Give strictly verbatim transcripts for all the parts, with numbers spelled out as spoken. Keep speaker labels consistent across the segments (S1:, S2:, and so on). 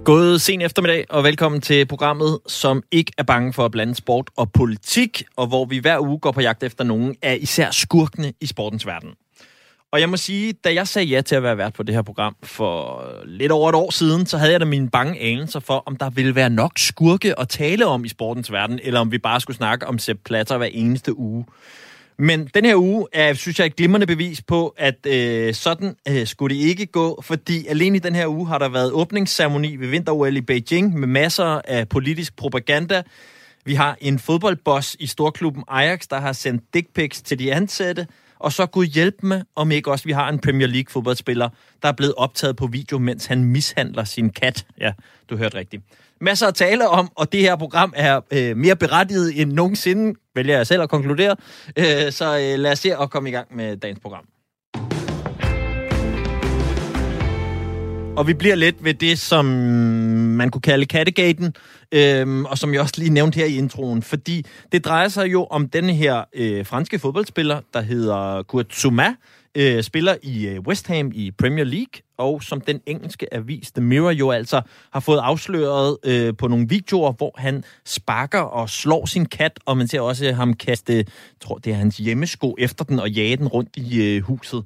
S1: God sen eftermiddag, og velkommen til programmet, som ikke er bange for at blande sport og politik, og hvor vi hver uge går på jagt efter nogen af især skurkene i sportens verden. Og jeg må sige, da jeg sagde ja til at være vært på det her program for lidt over et år siden, så havde jeg da mine bange anelser for, om der ville være nok skurke at tale om i sportens verden, eller om vi bare skulle snakke om Sepp Blatter hver eneste uge. Men den her uge er, synes jeg, et glimrende bevis på, at øh, sådan øh, skulle det ikke gå, fordi alene i den her uge har der været åbningsceremoni ved vinter-O L i Beijing med masser af politisk propaganda. Vi har en fodboldboss i storklubben Ajax, der har sendt dick pics til de ansatte, og så Gud hjælpe med, om ikke også vi har en Premier League fodboldspiller, der er blevet optaget på video, mens han mishandler sin kat. Ja, du hørte rigtigt. Masser at tale om, og det her program er øh, mere berettiget end nogensinde, vælger jeg selv at konkludere. Øh, så øh, lad os se at komme i gang med dagens program. Og vi bliver lidt ved det, som man kunne kalde kattegaten, øh, og som jeg også lige nævnte her i introen, fordi det drejer sig jo om denne her øh, franske fodboldspiller, der hedder Kurt Zouma, øh, spiller i øh, West Ham i Premier League, og som den engelske avis The Mirror jo altså har fået afsløret øh, på nogle videoer, hvor han sparker og slår sin kat, og man ser også ham kaste, jeg tror det er hans hjemmesko efter den og jage den rundt i øh, huset.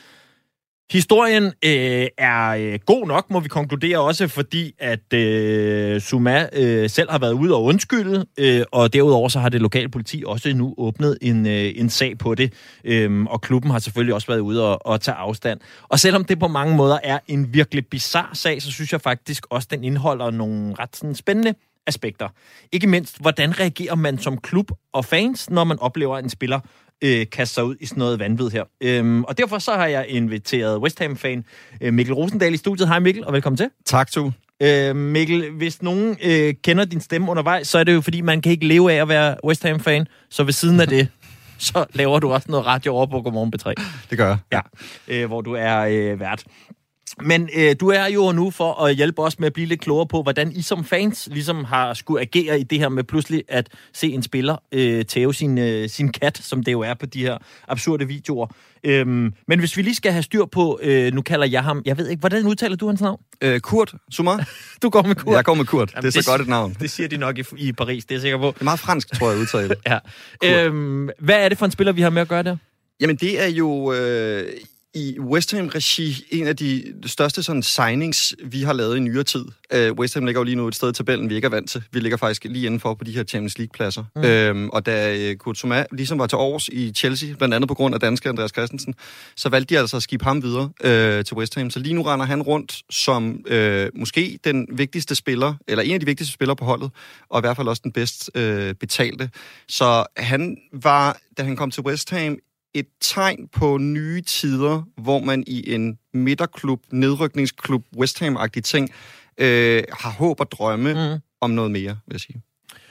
S1: Historien øh, er øh, god nok, må vi konkludere også, fordi at øh, Zouma øh, selv har været ude og undskylde, øh, og derudover så har det lokale politi også nu åbnet en, øh, en sag på det, øh, og klubben har selvfølgelig også været ude og, og tage afstand. Og selvom det på mange måder er en virkelig bizarre sag, så synes jeg faktisk også, den indeholder nogle ret sådan, spændende aspekter. Ikke mindst, hvordan reagerer man som klub og fans, når man oplever en spiller Øh, kaste sig ud i sådan noget vanvid her. Øhm, og derfor så har jeg inviteret West Ham-fan øh, Mikkel Rosendal i studiet. Hej Mikkel, og velkommen til.
S2: Tak, du.
S1: Øh, Mikkel, hvis nogen øh, kender din stemme undervejs, så er det jo fordi, man kan ikke leve af at være West Ham-fan. Så ved siden af det, så laver du også noget radio over på Godmorgen B tre.
S2: Det gør jeg.
S1: Ja, øh, hvor du er øh, vært. Men øh, du er jo nu for at hjælpe os med at blive lidt klogere på, hvordan I som fans ligesom har skulle agere i det her med pludselig at se en spiller øh, tæve sin, øh, sin kat, som det jo er på de her absurde videoer. Øhm, men hvis vi lige skal have styr på, øh, nu kalder jeg ham, jeg ved ikke, hvordan udtaler du hans navn?
S2: Øh, Kurt Zouma.
S1: Du går med Kurt?
S2: Jeg går med Kurt.
S1: Jamen,
S2: det er så
S1: det,
S2: godt et navn.
S1: Det siger de nok i, i Paris, det er jeg sikker på.
S2: Det er meget fransk, tror jeg, udtale.
S1: Ja. Øhm, hvad er det for en spiller, vi har med at gøre der?
S2: Jamen, det er jo... Øh i West Ham-regi en af de største sådan signings, vi har lavet i nyere tid. Uh, West Ham ligger jo lige nu et sted i tabellen, vi ikke er vant til. Vi ligger faktisk lige indenfor på de her Champions League-pladser. Mm. Øhm, og da uh, Kurt Zouma ligesom var til års i Chelsea, blandt andet på grund af danske Andreas Christensen, så valgte de altså at skibe ham videre uh, til West Ham. Så lige nu render han rundt som uh, måske den vigtigste spiller, eller en af de vigtigste spillere på holdet, og i hvert fald også den bedst uh, betalte. Så han var, da han kom til West Ham, et tegn på nye tider, hvor man i en midterklub, nedrykningsklub, West Ham-agtig ting, øh, har håb og drømme mm. om noget mere, vil jeg sige.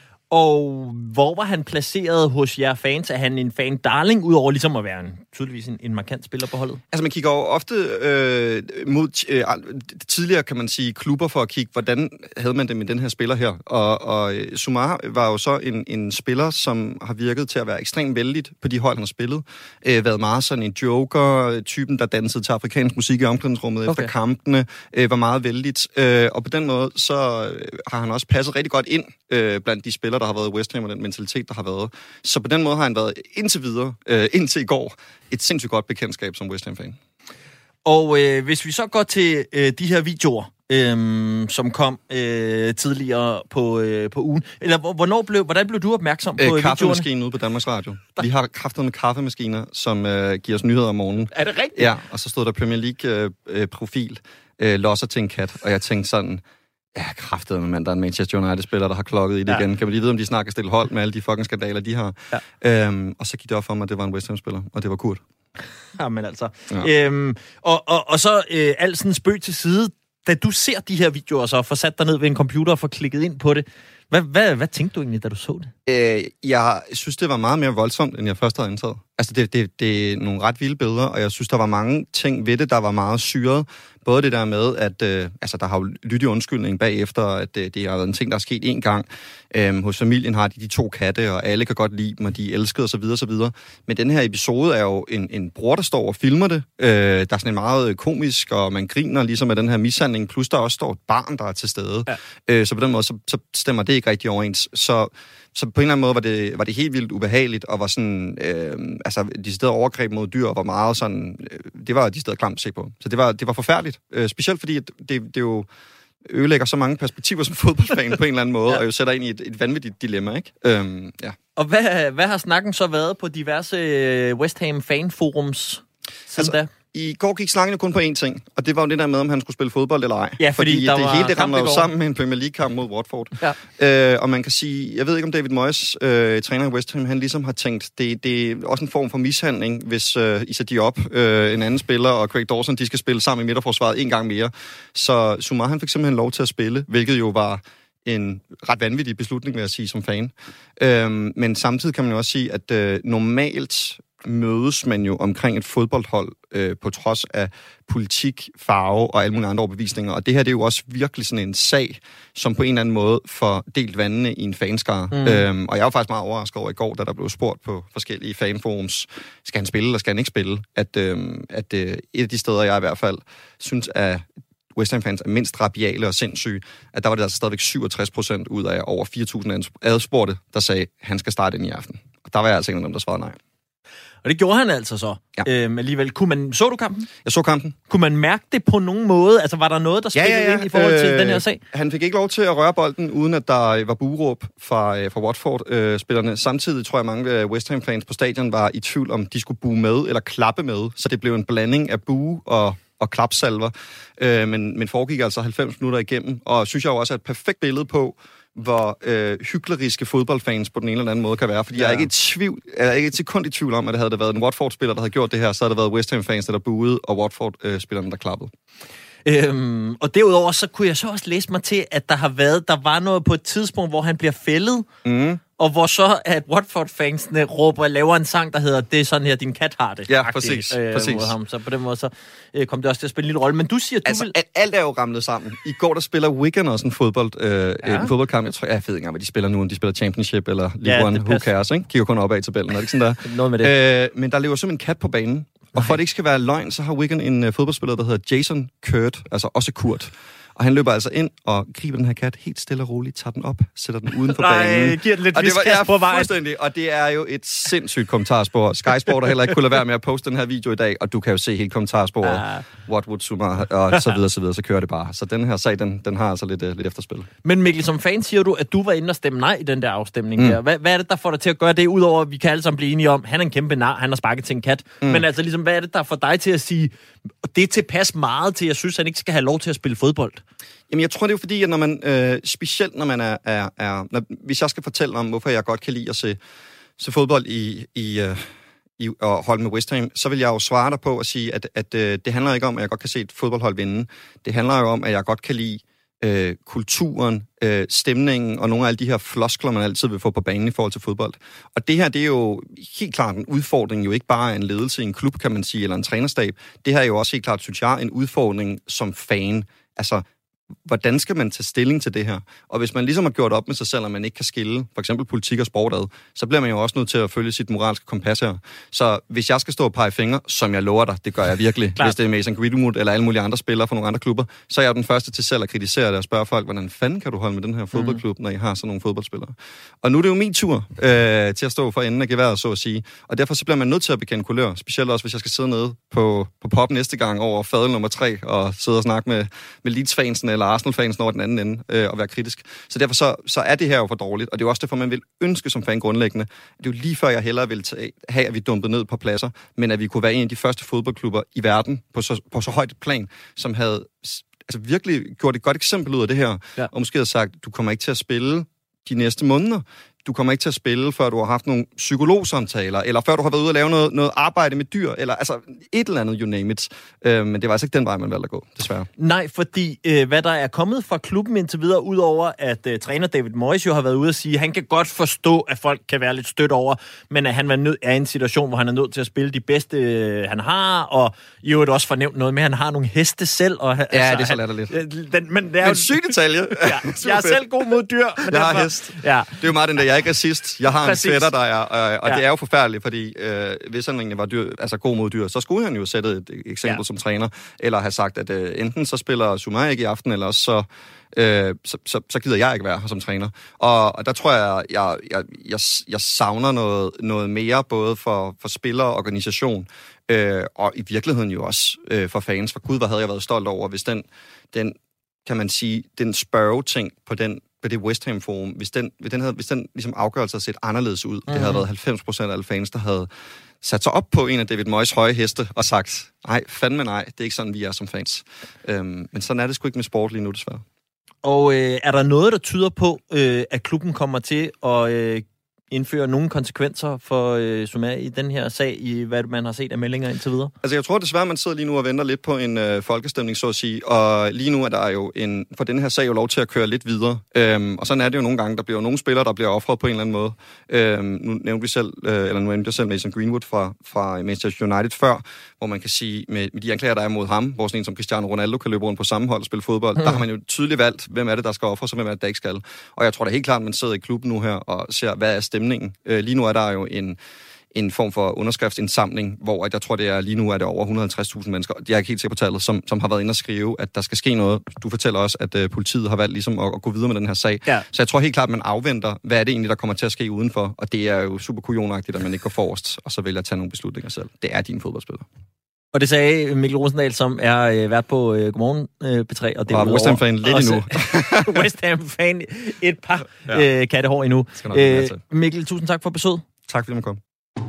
S1: Og hvor var han placeret hos jer fans? Er han en fan-darling, udover ligesom at være en, tydeligvis en, en markant spiller på holdet?
S2: Altså, man kigger jo ofte øh, mod øh, tidligere, kan man sige, klubber for at kigge, hvordan havde man det med den her spiller her. Og, og Zouma var jo så en, en spiller, som har virket til at være ekstremt vældigt på de hold, han har spillet. Øh, været meget sådan en joker, typen, der dansede til afrikansk musik i omklædningsrummet okay. efter kampene, øh, var meget vældigt. Øh, og på den måde, så har han også passet rigtig godt ind øh, blandt de spillere, der har været i West Ham, og den mentalitet, der har været. Så på den måde har han været indtil videre, øh, indtil i går, et sindssygt godt bekendtskab som West Ham-fan.
S1: Og øh, hvis vi så går til øh, de her videoer, øh, som kom øh, tidligere på, øh, på ugen, eller hvornår blev, hvordan blev du opmærksom på øh, videoerne?
S2: Kaffemaskinen ude på Danmarks Radio. Vi har kraftet med kaffemaskiner, som øh, giver os nyheder om morgenen.
S1: Er det rigtigt?
S2: Ja, og så stod der Premier League-profil, øh, øh, losser til en kat, og jeg tænkte sådan... Ja, kraftedeme, med mand. Der er en Manchester United-spiller, der har klokket i det ja. igen. Kan man lige vide, om de snakker stille hold med alle de fucking skandaler, de har. Ja. Øhm, og så gik det op for mig, at det var en West Ham-spiller, og det var Kurt.
S1: Jamen altså. Ja. Øhm, og, og, og så øh, alt sådan spøg til side. Da du ser de her videoer, så får sat dig ned ved en computer og får klikket ind på det, hvad, hvad, hvad tænkte du egentlig, da du så det?
S2: Øh, jeg synes, det var meget mere voldsomt, end jeg først havde antaget. Altså, det, det, det er nogle ret vilde billeder, og jeg synes, der var mange ting ved det, der var meget syret. Både det der med, at øh, altså, der har jo lyttet undskyldning bagefter, at øh, det har været en ting, der er sket én gang. Øhm, hos familien har de de to katte, og alle kan godt lide dem, og de elsker osv. osv. Men den her episode er jo en, en bror, der står og filmer det. Øh, der er sådan en meget komisk, og man griner ligesom af den her mishandling, plus der også står et barn, der er til stede. Ja. Øh, så på den måde, så, så stemmer det ikke rigtig overens. Så Så på en eller anden måde var det, var det helt vildt ubehageligt, og var sådan, øh, altså de steder overgreb mod dyr, var meget sådan, øh, det var de steder klamt at se på. Så det var, det var forfærdeligt. Øh, specielt fordi, det, det jo ødelægger så mange perspektiver som fodboldfan på en eller anden måde, ja. Og jo sætter ind i et, et vanvittigt dilemma, ikke? Øhm, ja.
S1: Og hvad, hvad har snakken så været på diverse West Ham fanforums siden da?
S2: Altså, i går gik snakken jo kun på én ting, og det var jo det der med, om han skulle spille fodbold eller ej.
S1: Ja, fordi, fordi
S2: der det
S1: var
S2: hele det rammer jo sammen med en Premier League-kamp mod Watford. Ja. Øh, og man kan sige, jeg ved ikke om David Moyes, øh, træner i West Ham, han ligesom har tænkt, det, det er også en form for mishandling, hvis øh, Issa Diop, øh, en anden spiller, og Craig Dawson, de skal spille sammen i midterforsvaret en gang mere. Så Zouma, han fik simpelthen lov til at spille, hvilket jo var en ret vanvittig beslutning, vil jeg sige, som fan. Øh, men samtidig kan man jo også sige, at øh, normalt mødes man jo omkring et fodboldhold øh, på trods af politik, farve og alle mulige andre overbevisninger. Og det her det er jo også virkelig sådan en sag, som på en eller anden måde får delt vandene i en fanskare. Mm. Øhm, og jeg var faktisk meget overrasket over i går, da der blev spurgt på forskellige fanforums, skal han spille eller skal han ikke spille? At, øhm, at øh, et af de steder, jeg i hvert fald synes, at West Ham-fans er mindst rabiale og sindssyge, at der var det altså stadigvæk syvogtres procent ud af over fire tusind adspurgte, der sagde, at han skal starte ind i aften. Og der var jeg altså en af dem, der svarede nej.
S1: Og det gjorde han altså så. Ja. Øhm, alligevel. Kunne man, så du kampen?
S2: Jeg så kampen.
S1: Kunne man mærke det på nogen måde? Altså, var der noget, der spillede ja, ja, ja. ind i forhold til øh, den her sag?
S2: Han fik ikke lov til at røre bolden, uden at der var bueråb fra, fra Watford-spillerne. Øh, Samtidig tror jeg, mange West Ham-fans på stadion var i tvivl, om de skulle bue med eller klappe med. Så det blev en blanding af bue og og klapsalver. Øh, men, men foregik altså halvfems minutter igennem, og synes jeg jo også er et perfekt billede på, hvor øh, hykleriske fodboldfans på den ene eller anden måde kan være. Fordi ja. jeg er ikke i tvivl, jeg er ikke et sekund i tvivl om, at det havde det været en Watford-spiller, der havde gjort det her, så havde det været West Ham-fans, der buede, og Watford-spillerne, der klappede.
S1: Øhm, og derudover, så kunne jeg så også læse mig til, at der har været, der var noget på et tidspunkt, hvor han bliver fældet, mm. og hvor så at Watford-fansene råber, laver en sang, der hedder, det er sådan her, din kat har det.
S2: Ja, præcis. Øh, præcis.
S1: Ham. Så på den måde, så øh, kom det også til at spille en lille rolle. Men du siger, du
S2: altså,
S1: vil...
S2: at alt er jo ramlet sammen. I går, der spiller Wigan også en, fodbold, øh, ja. en fodboldkamp. Jeg tror, jeg ved ikke engang, hvad de spiller nu, om de spiller Championship eller League ja, One. Who cares, ikke? Kigger kun opad i tabellen, er det ikke sådan der?
S1: Noget med det.
S2: Øh, men der lever simpelthen en kat på banen. Og for at det ikke skal være løgn, så har Wigan en uh, fodboldspiller, der hedder Jason Kurt, altså også Kurt. Og han løber altså ind og griber den her kat helt stille og roligt, tager den op, sætter den uden for banen.
S1: Nej, giver den lidt
S2: viskas
S1: på vejen.
S2: Fuldstændig, og det er jo et sindssygt kommentarspor. Sky Sport har heller ikke kunne lade være med at poste den her video i dag, og du kan jo se hele kommentarsporet. Ah. What would Zouma, og så videre, så videre, så kører det bare. Så den her sag, den, den har altså lidt, uh, lidt efterspil.
S1: Men Mikkel, som fan siger du, at du var inde og stemme nej i den der afstemning mm. der. Hvad, hvad er det, der får dig til at gøre det, udover at vi kan alle sammen blive enige om, han er en kæmpe nar, han har sparket til en kat. Mm. Men altså ligesom, hvad er det, der får dig til at sige, det er tilpas meget til, at jeg synes, han ikke skal have lov til at spille fodbold?
S2: Jamen, jeg tror, det er jo fordi, at når man, øh, specielt når man er, er, er når, hvis jeg skal fortælle om, hvorfor jeg godt kan lide at se, se fodbold i, i, øh, i og holde med West Ham, så vil jeg jo svare dig på at sige, at, at øh, det handler ikke om, at jeg godt kan se et fodboldhold vinde. Det handler jo om, at jeg godt kan lide øh, kulturen, øh, stemningen og nogle af alle de her floskler, man altid vil få på banen i forhold til fodbold. Og det her, det er jo helt klart en udfordring, jo ikke bare en ledelse i en klub, kan man sige, eller en trænerstab. Det her er jo også helt klart, synes jeg, en udfordring som fan. Altså, hvordan skal man tage stilling til det her? Og hvis man ligesom har gjort op med sig selv, at man ikke kan skille for eksempel politik og sport ad, så bliver man jo også nødt til at følge sit moralske kompas her. Så hvis jeg skal stå og pege fingre, som jeg lover dig, det gør jeg virkelig, hvis det er Mason Greenwood eller alle mulige andre spillere fra nogle andre klubber, så er jeg jo den første til selv at kritisere det og spørge folk, hvordan fanden kan du holde med den her fodboldklub, når I har sådan nogle fodboldspillere? Og nu er det jo min tur øh, til at stå for enden af geværet, så at sige. Og derfor så bliver man nødt til at bekende kulør, specielt også hvis jeg skal sidde nede på, på pop næste gang over fadel nummer tre og sidde og snakke med, med Leeds-fansen eller Arsenal-fansen over den anden ende øh, og være kritisk. Så derfor så, så er det her jo for dårligt, og det er jo også derfor, man vil ønske som fan grundlæggende. Det er jo lige før, jeg hellere vil tage, have, at vi dumpede ned på pladser, men at vi kunne være en af de første fodboldklubber i verden på så, på så højt et plan, som havde altså virkelig gjort et godt eksempel ud af det her, ja. Og måske havde sagt, du kommer ikke til at spille de næste måneder. du kommer ikke til at spille, før du har haft nogle psykologsamtaler, eller før du har været ude og lave noget, noget arbejde med dyr, eller altså et eller andet, you name it. Øh, men det var altså ikke den vej, man valgte at gå, desværre.
S1: Nej, fordi øh, hvad der er kommet fra klubben indtil videre, udover at øh, træner David Moyes jo har været ude at sige, at han kan godt forstå, at folk kan være lidt stødt over, men at han er, nød, er i en situation, hvor han er nødt til at spille de bedste, øh, han har, og i øvrigt også fornævnt noget med, at han har nogle heste selv. Og,
S2: ja, altså, det er så latterligt.
S1: Øh, den, men det er
S2: men
S1: jo
S2: syg detalje.
S1: Ja, jeg er selv god mod dyr. Men
S2: jeg
S1: derfor,
S2: har hest.
S1: Ja.
S2: Det er jo meget den der, jeg er ikke racist. Jeg har Præcis. en fætter, der er, og, og ja. det er jo forfærdeligt, fordi øh, hvis han egentlig var dyr, altså god mod dyr, så skulle han jo sætte et eksempel ja. som træner, eller have sagt, at øh, enten så spiller Zuma ikke i aften, eller også så, øh, så, så, så gider jeg ikke være her som træner. Og, og der tror jeg, jeg, jeg, jeg, jeg savner noget, noget mere, både for, for spillere og organisation, øh, og i virkeligheden jo også øh, for fans. For gud, hvor havde jeg været stolt over, hvis den, den kan man sige, den spørgeting på den på det West Ham Forum, hvis den, hvis den, havde, hvis den ligesom afgørelse havde set anderledes ud, mm-hmm. det havde været halvfems procent af alle fans, der havde sat sig op på en af David Moyes høje heste og sagt, nej, fandme nej, det er ikke sådan, vi er som fans. Øhm, men sådan er det sgu ikke med sport lige nu, desværre.
S1: Og øh, er der noget, der tyder på, øh, at klubben kommer til at øh, indføre nogle konsekvenser for øh, Zuma i den her sag, i hvad man har set af meldinger indtil videre?
S2: Altså, jeg tror desværre, man sidder lige nu og venter lidt på en øh, folkestemning, så at sige, og lige nu er der jo en, for den her sag jo lov til at køre lidt videre, øhm, og sådan er det jo nogle gange, der bliver jo nogle spillere, der bliver offret på en eller anden måde. Øhm, nu nævnte vi selv, øh, eller nu nævnte jeg selv Mason Greenwood fra, fra Manchester United før, hvor man kan sige, med, med de anklager, der er mod ham, hvor sådan en som Cristiano Ronaldo kan løbe rundt på samme hold og spille fodbold, mm. der har man jo tydeligt valgt, hvem er det, der skal offres, og hvem er det, der ikke skal. Og jeg tror da helt klart, man sidder i klubben nu her og ser, hvad er stemningen. Øh, lige nu er der jo en, en form for underskriftsindsamling, hvor jeg tror, det er lige nu er det over et hundrede og halvtreds tusind mennesker, jeg er ikke helt sikker på tallet, som, som har været inde og skrive, at der skal ske noget. Du fortæller også, at uh, politiet har valgt ligesom at, at gå videre med den her sag. Ja. Så jeg tror helt klart, at man afventer, hvad er det egentlig, der kommer til at ske udenfor, og det er jo super kujonagtigt, at man ikke går forrest, og så vælger at tage nogle beslutninger selv. Det er din fodboldspiller. Og
S1: det sagde Mikkel Rosendal, som er øh, vært på øh, Godmorgen øh, P tre. Og det
S2: var West Ham-fan lidt endnu.
S1: West Ham-fan et par ja. øh, kattehår endnu. Øh, Mikkel, tusind tak for besøget.
S2: Tak fordi du kom.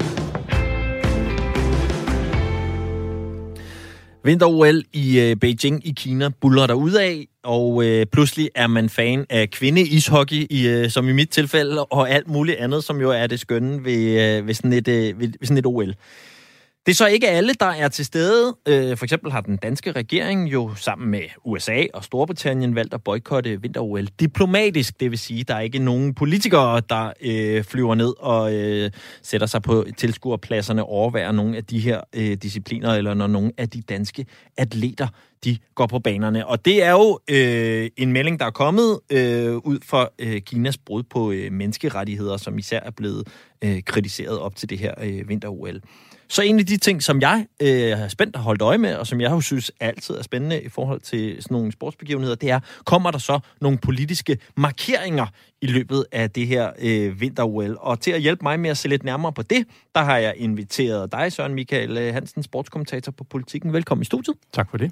S1: Vinter-O L i øh, Beijing i Kina buldrer der ud af, og øh, pludselig er man fan af kvinde-ishockey, i, øh, som i mit tilfælde, og alt muligt andet, som jo er det skønne ved, øh, ved, sådan, et, øh, ved, ved sådan et O L. Det er så ikke alle, der er til stede. For eksempel har den danske regering jo sammen med U S A og Storbritannien valgt at boykotte vinter-O L diplomatisk. Det vil sige, at der er ikke nogen politikere, der øh, flyver ned og øh, sætter sig på tilskuerpladserne og overværer nogle af de her øh, discipliner, eller når nogle af de danske atleter de går på banerne. Og det er jo øh, en melding, der er kommet øh, ud fra øh, Kinas brud på øh, menneskerettigheder, som især er blevet øh, kritiseret op til det her øh, vinter-O L. Så en af de ting, som jeg øh, har spændt og holdt øje med, og som jeg jo synes altid er spændende i forhold til sådan nogle sportsbegivenheder, det er, kommer der så nogle politiske markeringer i løbet af det her øh, vinter-O L? Og til at hjælpe mig med at se lidt nærmere på det, der har jeg inviteret dig, Søren Michael Hansen, sportskommentator på Politikken. Velkommen i studiet.
S3: Tak for det.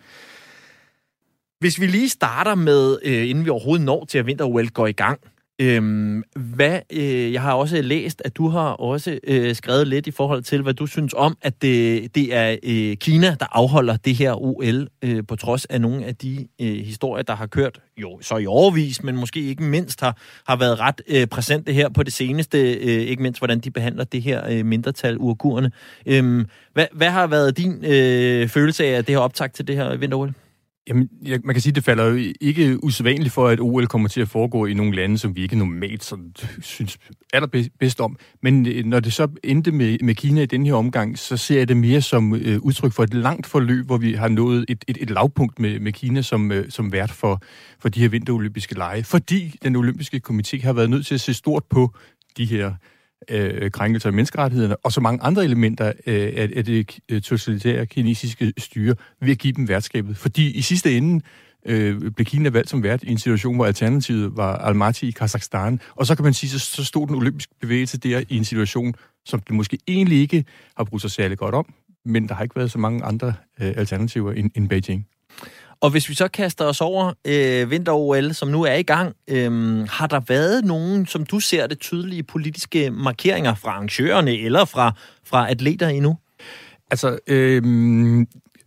S1: Hvis vi lige starter med, øh, inden vi overhovedet når til, at vinter-O L går i gang, Øhm, hvad, øh, jeg har også læst, at du har også øh, skrevet lidt i forhold til, hvad du synes om, at det, det er øh, Kina, der afholder det her O L, øh, på trods af nogle af de øh, historier, der har kørt, jo så i årevis, men måske ikke mindst har, har været ret øh, præsente her på det seneste, øh, ikke mindst hvordan de behandler det her øh, mindretal uigurerne. Øhm, hvad, hvad har været din øh, følelse af, at det her optakt til det her vinter-O L?
S3: Jamen, ja, man kan sige, at det falder jo ikke usædvanligt for, at O L kommer til at foregå i nogle lande, som vi ikke normalt sådan, synes allerbedst om. Men når det så endte med, med Kina i den her omgang, så ser jeg det mere som øh, udtryk for et langt forløb, hvor vi har nået et, et, et lavpunkt med, med Kina som, øh, som vært for, for de her vinterolympiske lege. Fordi den olympiske komité har været nødt til at se stort på de her øh, krænkelser af menneskerettighederne, og så mange andre elementer øh, af, af det totalitære kinesiske styre ved at give dem værtskabet. Fordi i sidste ende øh, blev Kina valgt som vært i en situation, hvor alternativet var Almaty i Kazakhstan, og så kan man sige, så, så stod den olympiske bevægelse der i en situation, som det måske egentlig ikke har brugt sig særlig godt om, men der har ikke været så mange andre øh, alternativer end, end Beijing.
S1: Og hvis vi så kaster os over øh, vinter-O L, som nu er i gang, øh, har der været nogen, som du ser det, tydelige politiske markeringer fra arrangørerne eller fra, fra atleter endnu?
S3: Altså, øh,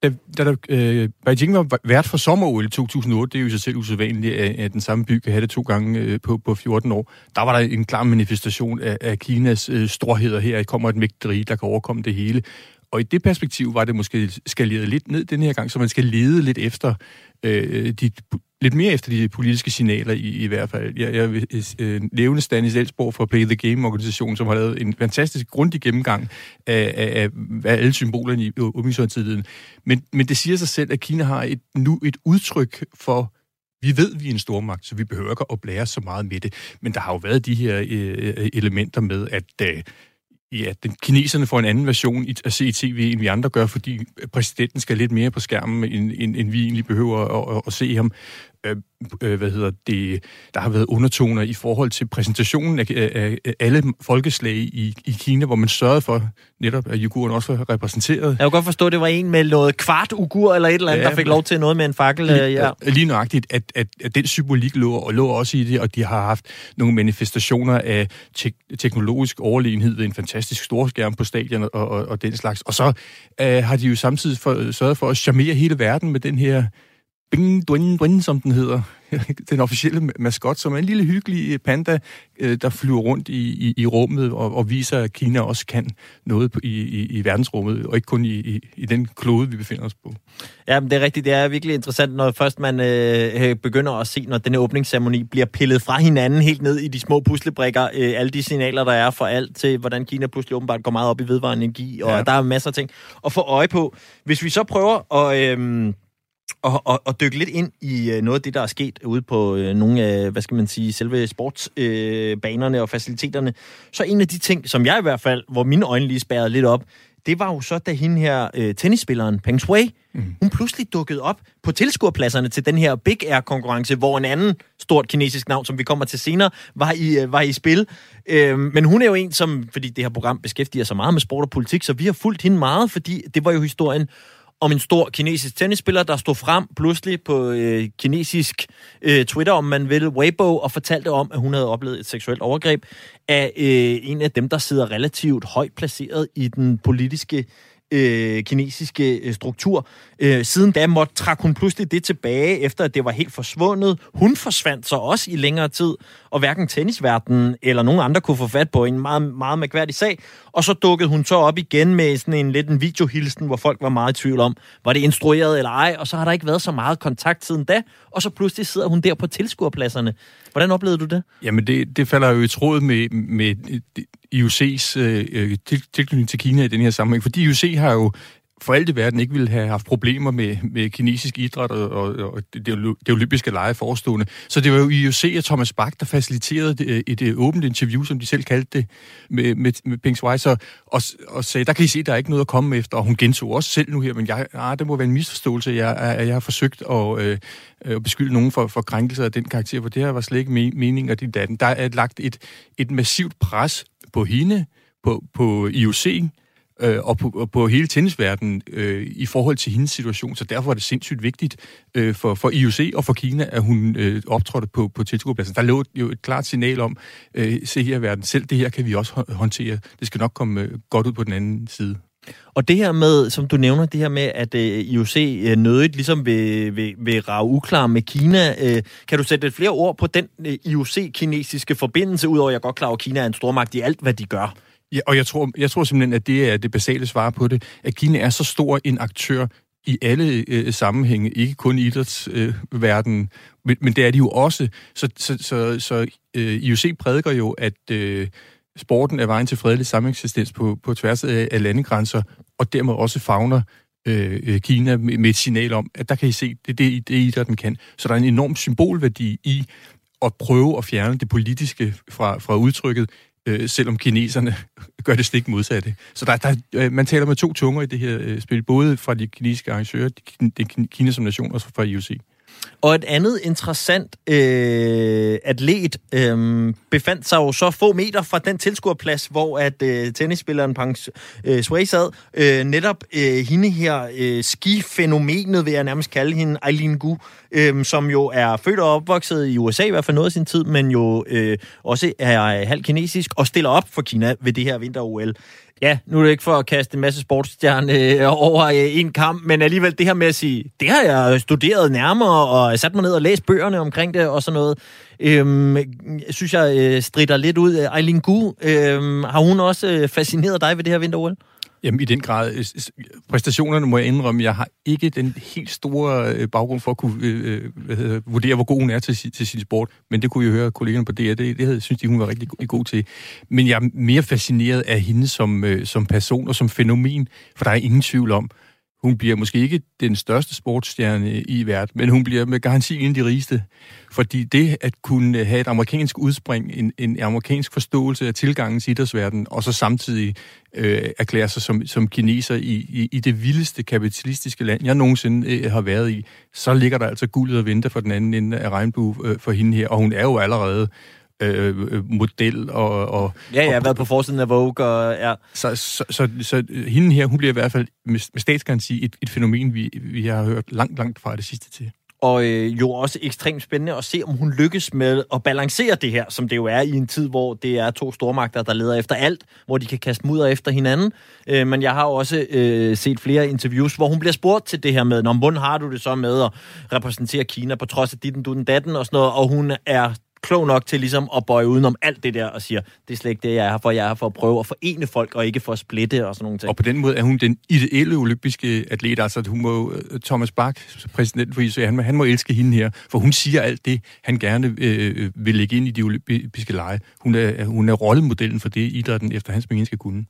S3: Da, da der, øh, Beijing var vært for sommer-O L i to tusind og otte, det er jo i sig selv usædvanligt, at, at den samme by kan have det to gange øh, på, på fjorten år. Der var der en klar manifestation af, af Kinas øh, storheder her. Der kommer et mægteri, der kan overkomme det hele. Og i det perspektiv var det måske skaleret lidt ned den her gang, så man skal lede lidt efter øh, de, lidt mere efter de politiske signaler i, i hvert fald. Jeg, jeg vil øh, nævne Stanis Elsborg fra Play the Game-organisationen, som har lavet en fantastisk grundig gennemgang af, af, af, af alle symbolerne i åbningshøjtiden. Men, men det siger sig selv, at Kina har et, nu et udtryk for, vi ved, vi er en stormagt, så vi behøver ikke at blære så meget med det. Men der har jo været de her øh, elementer med, at øh, ja, den, kineserne får en anden version at se i tv, end vi andre gør, fordi præsidenten skal lidt mere på skærmen, end, end, end vi egentlig behøver at, at, at se ham. Øh, øh, hvad hedder det? Der har været undertoner i forhold til præsentationen af, af, af alle folkeslag i, i Kina, hvor man sørgede for netop, at uigurerne også var repræsenteret.
S1: Jeg kan godt forstå, at det var en med noget kvart uigur eller et eller andet, ja, der fik lov til noget med en fakkel.
S3: Lige,
S1: ja.
S3: lige nøjagtigt, at, at, at den symbolik lå, og lå også i det, og de har haft nogle manifestationer af te- teknologisk overlegenhed ved en fantastisk storskærm på stadion og, og, og den slags. Og så øh, har de jo samtidig for, sørget for at charmere hele verden med den her Bing Duin Duin, som den hedder, den officielle maskot, som er en lille hyggelig panda, der flyver rundt i, i, i rummet og, og viser, at Kina også kan noget på, i, i, i verdensrummet, og ikke kun i, i, i den klode, vi befinder os på.
S1: Ja, men det er rigtigt. Det er virkelig interessant, når først man øh, begynder at se, når denne åbningsceremoni bliver pillet fra hinanden helt ned i de små puslebrikker, øh, alle de signaler, der er for alt til, hvordan Kina pludselig åbenbart går meget op i vedvarende energi, og ja. Der er masser af ting at få øje på. Hvis vi så prøver at... Øh, Og, og, og dykke lidt ind i øh, noget af det, der er sket ude på øh, nogle af, hvad skal man sige, selve sportsbanerne øh, og faciliteterne. Så en af de ting, som jeg i hvert fald, hvor mine øjne lige spærrede lidt op, det var jo så, da hende her øh, tennisspilleren Peng Shuai, mm. hun pludselig dukkede op på tilskuerpladserne til den her Big Air-konkurrence, hvor en anden stort kinesisk navn, som vi kommer til senere, var i, øh, var i spil. Øh, men hun er jo en, som, fordi det her program beskæftiger sig meget med sport og politik, så vi har fulgt hende meget, fordi det var jo historien om en stor kinesisk tennisspiller, der stod frem pludselig på øh, kinesisk øh, Twitter, om man vil, Weibo, og fortalte om, at hun havde oplevet et seksuelt overgreb af øh, en af dem, der sidder relativt højt placeret i den politiske øh, kinesiske øh, struktur. Øh, siden da måtte trække hun pludselig det tilbage, efter at det var helt forsvundet. Hun forsvandt så også i længere tid, og hverken tennisverdenen eller nogen andre kunne få fat på en meget, meget mærkværdig sag. Og så dukkede hun så op igen med sådan en lidt en videohilsen, hvor folk var meget i tvivl om, var det instrueret eller ej, og så har der ikke været så meget kontakt siden da, og så pludselig sidder hun der på tilskuerpladserne. Hvordan oplevede du det?
S3: Jamen, det, det falder jo i tråd med, med I O C's øh, tilknytning til Kina i den her sammenhæng, fordi I O C har jo for alt i verden ikke ville have haft problemer med, med kinesisk idræt og, og, og det, det olympiske lege forestående. Så det var jo I O C og Thomas Bach, der faciliterede et, et, et åbent interview, som de selv kaldte det, med, med, med Peng Shuai, så, og, og sagde, der kan I se, der er ikke noget at komme efter, og hun gentog også selv nu her, men jeg, ah, det må være en misforståelse, jeg, jeg, jeg har forsøgt at, øh, at beskylde nogen for, for krænkelser af den karakter, for det her var slet ikke meningen af din datten. Der er lagt et, et massivt pres på hende, på, på I O C, Øh, og, på, og på hele tennisverdenen øh, i forhold til hendes situation. Så derfor er det sindssygt vigtigt øh, for, for I O C og for Kina, at hun øh, optrådte på, på tilskuerpladsen. Der lå jo et klart signal om, øh, se her verden, selv det her kan vi også håndtere. Det skal nok komme øh, godt ud på den anden side.
S1: Og det her med, som du nævner, det her med, at øh, I O C øh, nødigt ligesom vil, vil, vil rage uklar med Kina, øh, kan du sætte lidt flere ord på den øh, I O C-kinesiske forbindelse, udover at jeg godt klar over, at Kina er en stormagt i alt, hvad de gør?
S3: Ja, og jeg tror, jeg tror simpelthen, at det er det basale svar på det, at Kina er så stor en aktør i alle øh, sammenhænge, ikke kun i idrætsverdenen, øh, men, men det er de jo også. Så, så, så, så øh, I O C prædiker jo, at øh, sporten er vejen til fredelig sameksistens på, på tværs af, af landegrænser, og dermed også favner øh, Kina med, med et signal om, at der kan I se, det er det, det idrætten kan. Så der er en enorm symbolværdi i at prøve at fjerne det politiske fra, fra udtrykket, Øh, selvom kineserne gør det stik modsatte. Så der, der, øh, man taler med to tunger i det her øh, spil, både fra de kinesiske arrangører, de, de Kina som nation, og fra I O C.
S1: Og et andet interessant øh, atlet øh, befandt sig jo så få meter fra den tilskuerplads, hvor at øh, tennisspilleren Pang øh, Shuai sad. Øh, netop øh, hende her øh, skifænomenet, vil jeg nærmest kalde hende, Eileen Gu, øh, som jo er født og opvokset i U S A, i hvert fald noget af sin tid, men jo øh, også er halv kinesisk og stiller op for Kina ved det her vinter-O L. Ja, nu er det ikke for at kaste en masse sportsstjerne øh, over øh, en kamp, men alligevel det her med at sige, det har jeg studeret nærmere og sat mig ned og læst bøgerne omkring det og sådan noget. Øhm, synes jeg øh, stritter lidt ud. Eileen Gu, øh, har hun også øh, fascineret dig ved det her vinter-O L?
S3: Jamen, i den grad. Præstationerne må jeg indrømme, jeg har ikke den helt store baggrund for at kunne øh, hvad vurdere, hvor god hun er til, til sin sport, men det kunne jeg høre kollegerne på D R, det, det havde, synes de, hun var rigtig god til. Men jeg er mere fascineret af hende som, øh, som person og som fænomen, for der er ingen tvivl om, hun bliver måske ikke den største sportsstjerne i verden, men hun bliver med garanti en af de rigeste. Fordi det at kunne have et amerikansk udspring, en, en amerikansk forståelse af tilgangen til idrætsverdenen, og så samtidig øh, erklære sig som, som kineser i, i, i det vildeste kapitalistiske land, jeg nogensinde øh, har været i, så ligger der altså guldet og venter for den anden ende af regnbue øh, for hende her. Og hun er jo allerede Øh, model og, og...
S1: Ja, jeg har været på forsiden af Vogue, og ja.
S3: Så, så, så, så hende her, hun bliver i hvert fald med, med statsgaranti et, et fænomen, vi, vi har hørt langt, langt fra det sidste til.
S1: Og øh, jo også ekstremt spændende at se, om hun lykkes med at balancere det her, som det jo er i en tid, hvor det er to stormagter, der leder efter alt, hvor de kan kaste mudder efter hinanden. Øh, men jeg har også øh, set flere interviews, hvor hun bliver spurgt til det her med, hvordan har du det så med at repræsentere Kina på trods af ditten, dutten, datten og sådan noget, og hun er klog nok til ligesom at bøje udenom alt det der og siger, det er slet ikke det, jeg er her for. Jeg er her for at prøve at forene folk, og ikke for at splitte og sådan nogle ting.
S3: Og på den måde er hun den ideelle olympiske atlet. Altså, hun må, Thomas Bach, præsident for I S A, han, han må elske hende her, for hun siger alt det, han gerne øh, vil lægge ind i de olympiske lege. Hun er, hun er rollemodellen for det, idrætten efter hans mening skal kunne.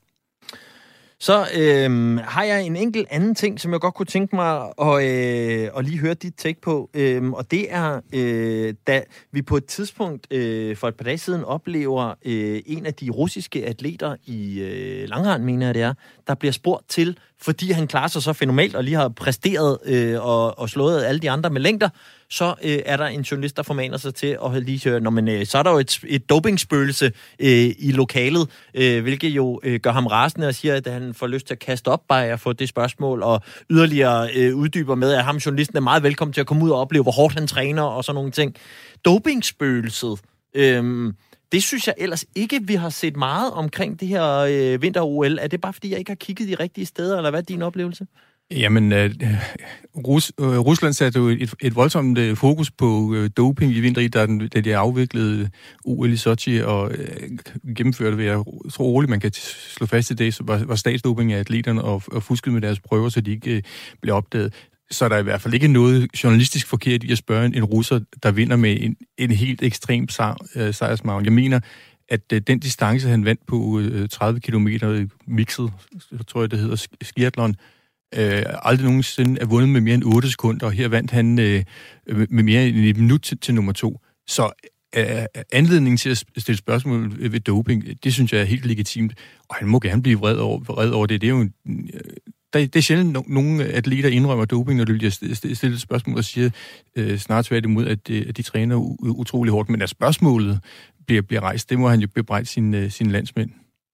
S1: Så øh, har jeg en enkelt anden ting, som jeg godt kunne tænke mig at, øh, at lige høre dit take på. Øh, og det er, øh, da vi på et tidspunkt øh, for et par dage siden oplever øh, en af de russiske atleter i øh, langrend, mener jeg det er, der bliver spurgt til, fordi han klarer sig så fænomenalt og lige har præsteret øh, og, og slået alle de andre med længder, så øh, er der en journalist, der formaner sig til at lige høre, Nå, men, øh, så er der jo et, et dopingspøgelse øh, i lokalet, øh, hvilket jo øh, gør ham rasende og siger, at han får lyst til at kaste op bare at få det spørgsmål, og yderligere øh, uddyber med, at ham journalisten er meget velkommen til at komme ud og opleve, hvor hårdt han træner og sådan nogle ting. Dopingspøgelset, øh, det synes jeg ellers ikke, vi har set meget omkring det her øh, vinter-O L. Er det bare, fordi jeg ikke har kigget de rigtige steder, eller hvad er din oplevelse?
S3: Jamen, øh, Rus, øh, Rusland satte jo et, et voldsomt øh, fokus på øh, doping i vinteridrætten, da de afviklede O L i Sochi og øh, gennemførte, ved jeg tror roligt, man kan slå fast i det, så var, var statsdoping af atleterne og, og fusket med deres prøver, så de ikke øh, blev opdaget. Så er der i hvert fald ikke noget journalistisk forkert i at spørge en russer, der vinder med en, en helt ekstrem sejr, øh, sejrsmargen. Jeg mener, at øh, den distance, han vandt på øh, tredive kilometer mixet, så tror jeg, det hedder skiathlon, øh, aldrig nogensinde er vundet med mere end otte sekunder, og her vandt han øh, med mere end et minut til, til nummer to. Så øh, anledningen til at stille spørgsmål ved doping, det synes jeg er helt legitimt, og han må gerne blive vred over, vred over det. Det er jo en, øh, det er sjældent, at nogle atleter indrømmer doping, når de bliver stillet spørgsmål og siger øh, snart tværtimod, at, at de træner utrolig hårdt. Men at spørgsmålet bliver, bliver rejst, det må han jo bebrejde sine, sine landsmænd.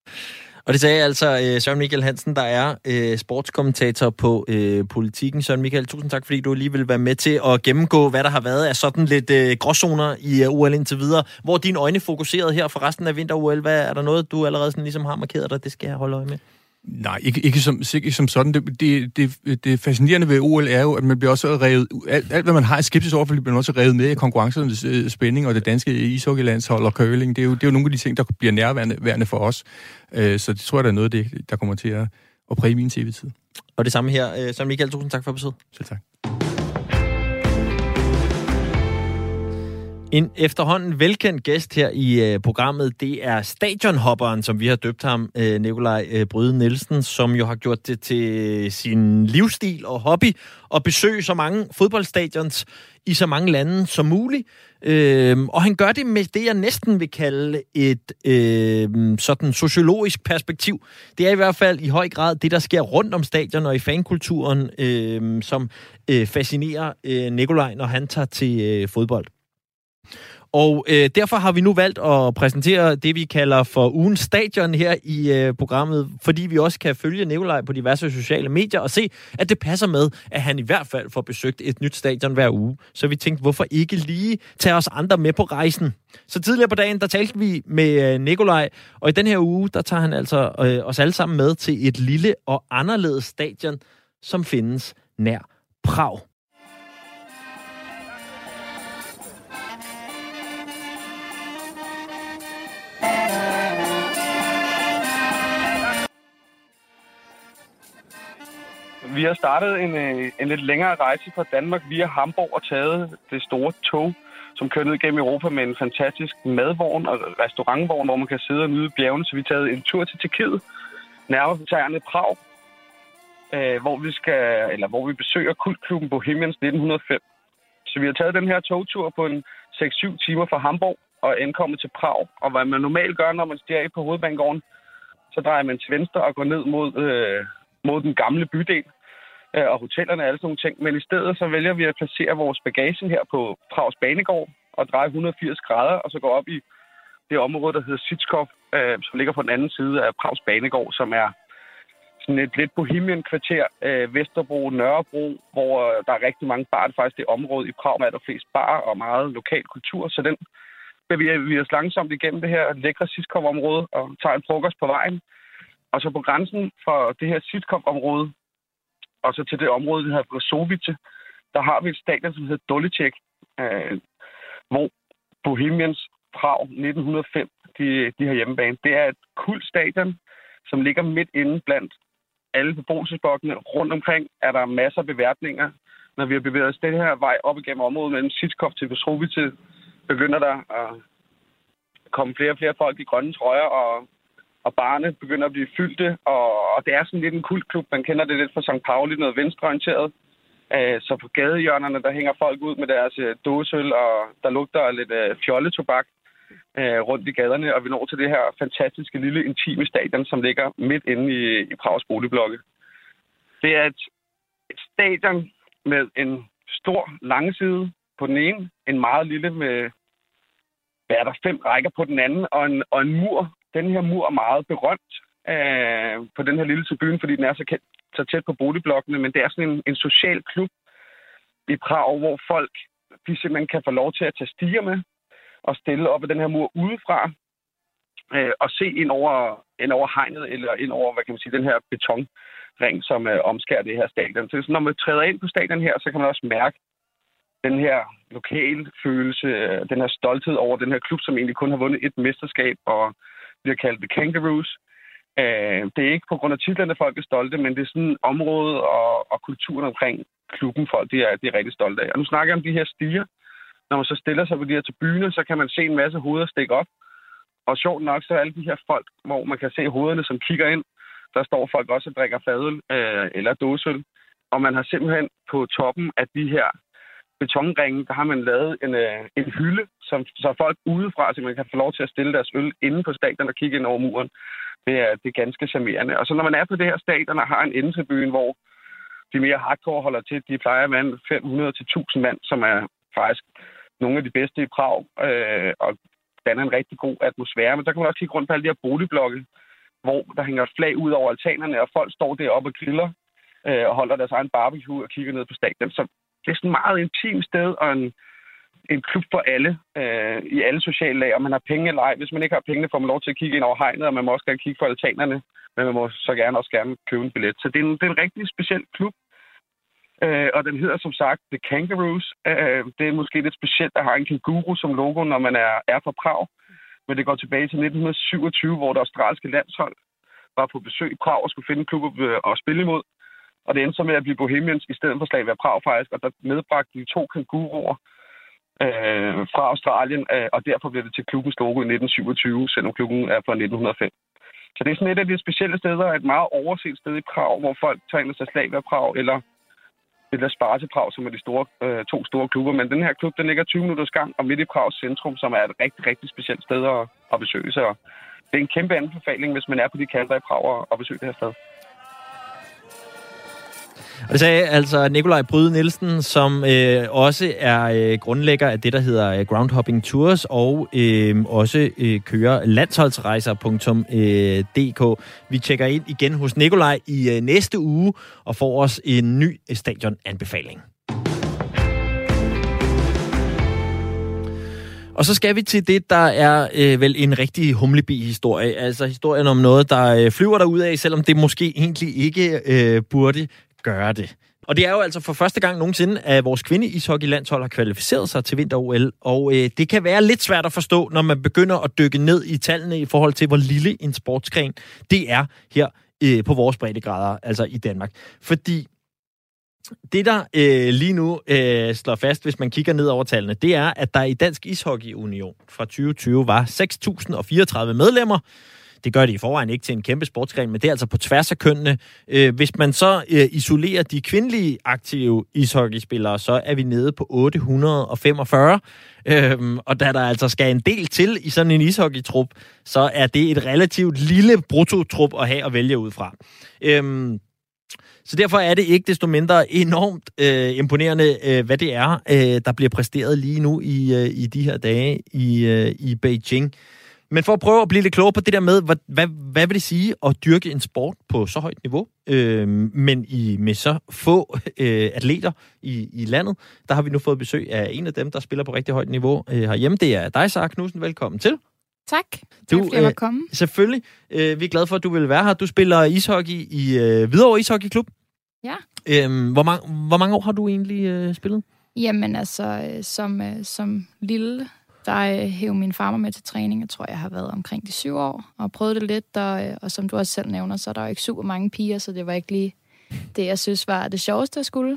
S1: Og det sagde altså Søren Michael Hansen, der er øh, sportskommentator på øh, Politikken. Søren Michael, tusind tak, fordi du lige vil være med til at gennemgå, hvad der har været af sådan lidt øh, gråzoner i øh, O L indtil videre. Hvor er dine øjne fokuseret her for resten af vinter-O L? Hvad er der noget, du allerede sådan ligesom har markeret dig? Det skal jeg holde øje med.
S3: Nej, ikke, ikke, som, ikke som sådan. Det, det, det, det fascinerende ved O L er jo, at man bliver også revet... Alt, alt hvad man har i skepsis overfor, bliver man også revet med i konkurrencernes øh, spænding, og det danske ishockeylandshold og curling. Det er, jo, det er jo nogle af de ting, der bliver nærværende for os. Øh, så det tror jeg, der er noget af det, der kommer til at, at præge min tv-tid.
S1: Og det samme her. Så Michael, tusind tak for besøget.
S3: Selv tak.
S1: En efterhånden velkendt gæst her i øh, programmet, det er stadionhopperen, som vi har døbt ham, øh, Nikolaj øh, Bryde Nielsen, som jo har gjort det til sin livsstil og hobby at besøge så mange fodboldstadions i så mange lande som muligt. Øh, og han gør det med det, jeg næsten vil kalde et øh, sådan sociologisk perspektiv. Det er i hvert fald i høj grad det, der sker rundt om stadion og i fankulturen, øh, som øh, fascinerer øh, Nikolaj, når han tager til øh, fodbold. Og øh, derfor har vi nu valgt at præsentere det, vi kalder for ugens stadion her i øh, programmet, fordi vi også kan følge Nikolaj på diverse sociale medier og se, at det passer med, at han i hvert fald får besøgt et nyt stadion hver uge. Så vi tænkte, hvorfor ikke lige tage os andre med på rejsen? Så tidligere på dagen, der talte vi med øh, Nikolaj, og i den her uge, der tager han altså øh, os alle sammen med til et lille og anderledes stadion, som findes nær Prag.
S4: Vi har startet en, en lidt længere rejse fra Danmark via Hamburg og taget det store tog, som kører ned gennem Europa med en fantastisk madvogn og restaurantvogn, hvor man kan sidde og nyde bjergene. Så vi har taget en tur til Tjekkiet, nærmere betegnende Prag, øh, hvor vi skal, eller hvor vi besøger kultklubben Bohemians nitten hundrede og fem. Så vi har taget den her togtur på en seks syv timer fra Hamburg og ankommet til Prag. Og hvad man normalt gør, når man stiger af på Hovedbanegården, så drejer man til venstre og går ned mod, øh, mod den gamle bydel og hotellerne og alle sådan nogle ting. Men i stedet så vælger vi at placere vores bagage her på Prags Banegård og dreje et hundrede og firs grader, og så gå op i det område, der hedder Žižkov, øh, som ligger på den anden side af Prags Banegård, som er sådan et lidt bohemian-kvarter, øh, Vesterbro, Nørrebro, hvor der er rigtig mange barer. Det er faktisk det område i Prag, med der er flest barer og meget lokal kultur, så den bevæger vi os langsomt igennem det her lækre Žižkov-område og tager en frokost på vejen. Og så på grænsen for det her Žižkov-område, og så til det område, der hedder Brzovice, der har vi et stadion, som hedder Dolicek, øh, hvor Bohemians Prag nitten hundrede og fem, de, de har hjemmebane. Det er et kult stadion, som ligger midt inde blandt alle beboelsesblokkene. Rundt omkring er der masser af beværtninger. Når vi har bevæget os den her vej op igennem området mellem Žižkov til Brzovice, begynder der at komme flere og flere folk i grønne trøjer, og og barne begynder at blive fyldte, og, og det er sådan lidt en kultklub. Man kender det lidt fra Sankt Pauli, noget venstreorienteret. Øh, så på gadehjørnerne, der hænger folk ud med deres øh, dåseøl, og der lugter lidt øh, fjolletobak øh, rundt i gaderne, og vi når til det her fantastiske lille intime stadion, som ligger midt inde i, i Prags boligblokke. Det er et, et stadion med en stor langside på den ene, en meget lille med, hvad er der, fem rækker på den anden, og en, og en mur. Den her mur er meget berømt øh, på den her lille tribune, fordi den er så, så tæt på boligblokkene, men det er sådan en, en social klub i Prag, hvor folk de simpelthen kan få lov til at tage stiger med og stille op ad den her mur udefra øh, og se ind over, ind over hegnet, eller ind over, hvad kan man sige, den her betonring, som øh, omskærer det her stadion. Så når man træder ind på stadion her, så kan man også mærke den her lokale følelse, den her stolthed over den her klub, som egentlig kun har vundet et mesterskab og bliver kaldt The Kangaroos. Det er ikke på grund af titlerne, folk er stolte, men det er sådan området og, og kulturen omkring klubben, folk de er, de er rigtig stolte af. Og nu snakker jeg om de her stiger. Når man så stiller sig på de her tribuner, så kan man se en masse hoveder stikke op. Og sjovt nok, så er alle de her folk, hvor man kan se hovederne, som kigger ind, der står folk også og drikker fadøl øh, eller dåseøl. Og man har simpelthen på toppen af de her betonringen, der har man lavet en, øh, en hylde, som, så folk udefra, så man kan få lov til at stille deres øl inde på stadion og kigge ind over muren. Det er, det er ganske charmerende. Og så når man er på det her stadion og har en endetribune, hvor de mere hardcore holder til, de plejer at være fem hundrede til tusind mand, som er faktisk nogle af de bedste i Prag, øh, og danner en rigtig god atmosfære. Men så kan man også kigge rundt på alle de her boligblokke, hvor der hænger et flag ud over altanerne, og folk står deroppe og griller øh, og holder deres egen barbecue og kigger ned på stadion. Så det er sådan et meget intimt sted og en, en klub for alle øh, i alle sociale lag, og man har penge eller ej. Hvis man ikke har pengene, får man lov til at kigge ind over hegnet, og man må også gerne kigge på altanerne, men man må så gerne også gerne købe en billet. Så det er en, det er en rigtig speciel klub, øh, og den hedder som sagt The Kangaroos. Øh, det er måske lidt specielt at have en kænguru som logo, når man er, er fra Prag, men det går tilbage til nitten syvogtyve, hvor det australske landshold var på besøg i Prag og skulle finde en klub at spille imod. Og det endte så med at blive Bohemians i stedet for Slavia Prag faktisk, og der medbragte de to kænguruer øh, fra Australien, øh, og derfor blev det til klubbens logo i nitten syvogtyve, selvom klubben er fra nitten hundrede og fem. Så det er sådan et af de specielle steder, et meget overset sted i Prag, hvor folk tager ind til Slavia Prag, eller eller Sparta Prag, som er de store, øh, to store klubber. Men den her klub, den ligger tyve minutters gang, og midt i Prags centrum, som er et rigtig, rigtig specielt sted at, at besøge. Så det er en kæmpe anbefaling, hvis man er på de kanter i Prag, at besøge det her sted.
S1: Og det sagde altså Nikolaj Bryde Nielsen, som øh, også er øh, grundlægger af det, der hedder øh, Groundhopping Tours, og øh, også øh, kører landsholdsrejser punktum d k. Vi tjekker ind igen hos Nikolaj i øh, næste uge og får os en ny stadionanbefaling. Og så skal vi til det, der er øh, vel en rigtig humlebi-historie. Altså historien om noget, der øh, flyver derudad, selvom det måske egentlig ikke øh, burde gøre det. Og det er jo altså for første gang nogensinde, at vores kvinde-ishockey-landshold har kvalificeret sig til vinter-O L, og øh, det kan være lidt svært at forstå, når man begynder at dykke ned i tallene i forhold til, hvor lille en sportsgren det er her øh, på vores breddegrader, altså i Danmark. Fordi det, der øh, lige nu øh, slår fast, hvis man kigger ned over tallene, det er, at der i Dansk Ishockey Union fra tyve tyve var seks tusind og fireogtredive medlemmer. Det gør det i forvejen ikke til en kæmpe sportsgren, men det er altså på tværs af kønnene. Hvis man så isolerer de kvindelige aktive ishockeyspillere, så er vi nede på otte hundrede og femogfyrre. Og da der altså skal en del til i sådan en ishockeytrup, så er det et relativt lille bruttotrup at have at vælge ud fra. Så derfor er det ikke desto mindre enormt øh, imponerende, øh, hvad det er, øh, der bliver præsteret lige nu i, øh, i de her dage i, øh, i Beijing. Men for at prøve at blive lidt klogere på det der med, hvad, hvad, hvad vil det sige at dyrke en sport på så højt niveau, øh, men i, med så få øh, atleter i, i landet, der har vi nu fået besøg af en af dem, der spiller på rigtig højt niveau øh, herhjemme. Det er dig, Sara Knudsen. Velkommen til.
S5: Tak.
S1: Du,
S5: tak fordi jeg måtte komme.
S1: Øh, selvfølgelig. Øh, vi er glade for, at du vil være her. Du spiller ishockey i øh, Hvidovre Ishockeyklub.
S5: Ja.
S1: Øh, hvor, mange, hvor mange år har du egentlig øh, spillet?
S5: Jamen altså, øh, som, øh, som lille... Der hævde min far mig med til træning. Jeg tror, jeg har været omkring de syv år og prøvet det lidt. Og, og som du også selv nævner, så er der jo ikke super mange piger, så det var ikke lige det, jeg synes var det sjoveste at skulle.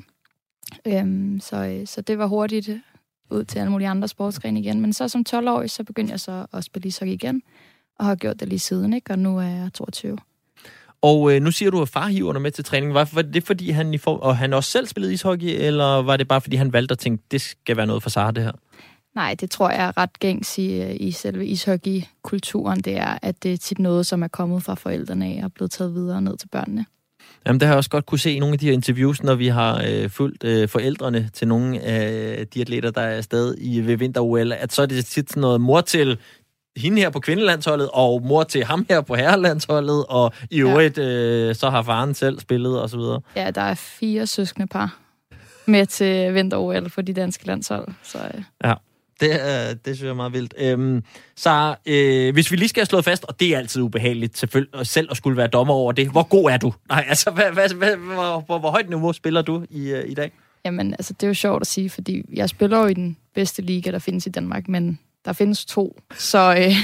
S5: Øhm, så, så det var hurtigt ud til alle mulige andre sportsgrene igen. Men så som tolv-årig, så begyndte jeg så at spille ishockey igen. Og har gjort det lige siden, ikke? Og nu er jeg toogtyve.
S1: Og øh, nu siger du, at far hiver dig med til træning. Var det fordi, han, i for, og han også selv spillede ishockey, eller var det bare fordi, han valgte at tænke, det skal være noget for Sara, det her?
S5: Nej, det tror jeg er ret gængs i, i selve ishockeykulturen. Det er, at det er tit noget, som er kommet fra forældrene af og er blevet taget videre ned til børnene. Jamen,
S1: det har jeg også godt kunne se i nogle af de her interviews, når vi har øh, fulgt øh, forældrene til nogle af de atleter, der er afsted i ved vinter-O L, at så er det tit sådan noget mor til hende her på kvindelandsholdet, og mor til ham her på herrelandsholdet, og i øvrigt ja. øh, så har faren selv spillet, og så videre.
S5: Ja, der er fire søskende par med til vinter-O L for de danske landshold. Så, øh.
S1: Ja. Det, øh, det synes jeg er meget vildt. Øhm, så øh, hvis vi lige skal have slået fast, og det er altid ubehageligt selvfølgelig, selv at skulle være dommer over det, hvor god er du? Nej, altså, hvad, hvad, hvad, hvor, hvor, hvor højt niveau spiller du i, øh, i dag?
S5: Jamen, altså, det er jo sjovt at sige, fordi jeg spiller jo i den bedste liga, der findes i Danmark, men der findes to, så, øh,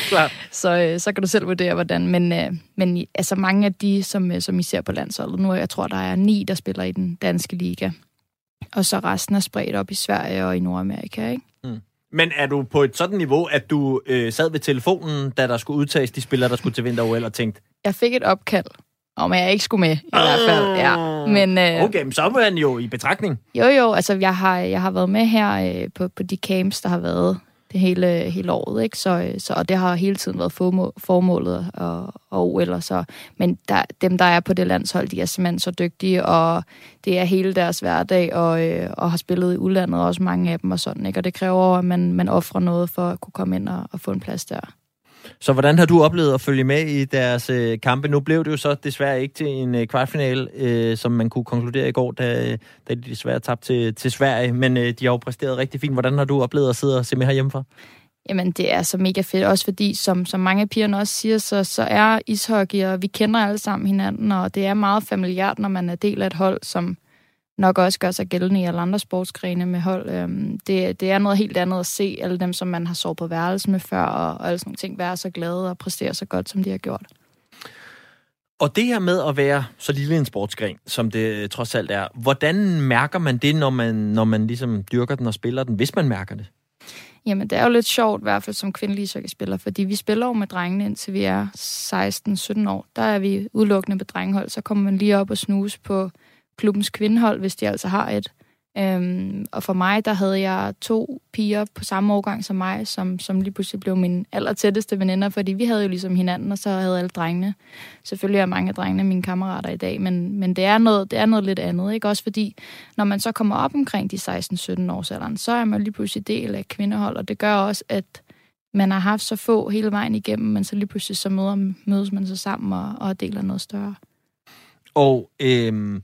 S5: så, øh, så kan du selv vurdere, hvordan. Men, øh, men altså, mange af de, som, som I ser på landsholdet nu, jeg tror, der er ni, der spiller i den danske liga, og så resten er spredt op i Sverige og i Nordamerika, ikke?
S1: Mm. Men er du på et sådan niveau, at du øh, sad ved telefonen, da der skulle udtages de spillere, der skulle til vinter-O L, og tænkte...
S5: Jeg fik et opkald, om jeg ikke skulle med, i uh, hvert fald. Ja. Men, øh,
S1: okay, men så er man jo i betragtning.
S5: Jo, jo, altså jeg har, jeg har været med her øh, på, på de camps, der har været det hele, hele året, ikke? Så, så, og det har hele tiden været formål, formålet og, og O L'er. Så, men der, dem, der er på det landshold, de er simpelthen så dygtige, og det er hele deres hverdag, og, øh, og har spillet i udlandet, også mange af dem og sådan, ikke? Og det kræver, at man, man offrer noget for at kunne komme ind og, og få en plads der.
S1: Så hvordan har du oplevet at følge med i deres øh, kampe? Nu blev det jo så desværre ikke til en øh, kvartfinale, øh, som man kunne konkludere i går, da, da de desværre tabte til, til Sverige, men øh, de har jo præsteret rigtig fint. Hvordan har du oplevet at sidde og se med herhjemmefra?
S5: Jamen, det er så mega fedt, også fordi, som, som mange af pigerne også siger, så, så er ishockey, og vi kender alle sammen hinanden, og det er meget familiært, når man er del af et hold, som nok også gør sig gældende i alle andre sportsgrene med hold. Øhm, det, det er noget helt andet at se alle dem, som man har sovet på værelse med før, og, og alle sådan nogle ting, være så glade og præstere så godt, som de har gjort.
S1: Og det her med at være så lille en sportsgren, som det trods alt er, hvordan mærker man det, når man, når man ligesom dyrker den og spiller den, hvis man mærker det?
S5: Jamen, det er jo lidt sjovt, i hvert fald som kvindelig ishockeyspiller, fordi vi spiller jo med drengene, indtil vi er seksten sytten år. Der er vi udelukkende med drengehold, så kommer man lige op og snuse på klubbens kvindehold, hvis de altså har et. Øhm, og for mig, der havde jeg to piger på samme årgang som mig, som, som lige pludselig blev mine allertætteste veninder, fordi vi havde jo ligesom hinanden, og så havde alle drengene. Selvfølgelig er mange af drengene mine kammerater i dag, men, men det, er noget, det er noget lidt andet, ikke? Også fordi, når man så kommer op omkring de seksten sytten års alderen, så er man lige pludselig del af kvindehold, og det gør også, at man har haft så få hele vejen igennem, men så lige pludselig så møder, mødes man så sammen og, og deler noget større.
S1: Og øhm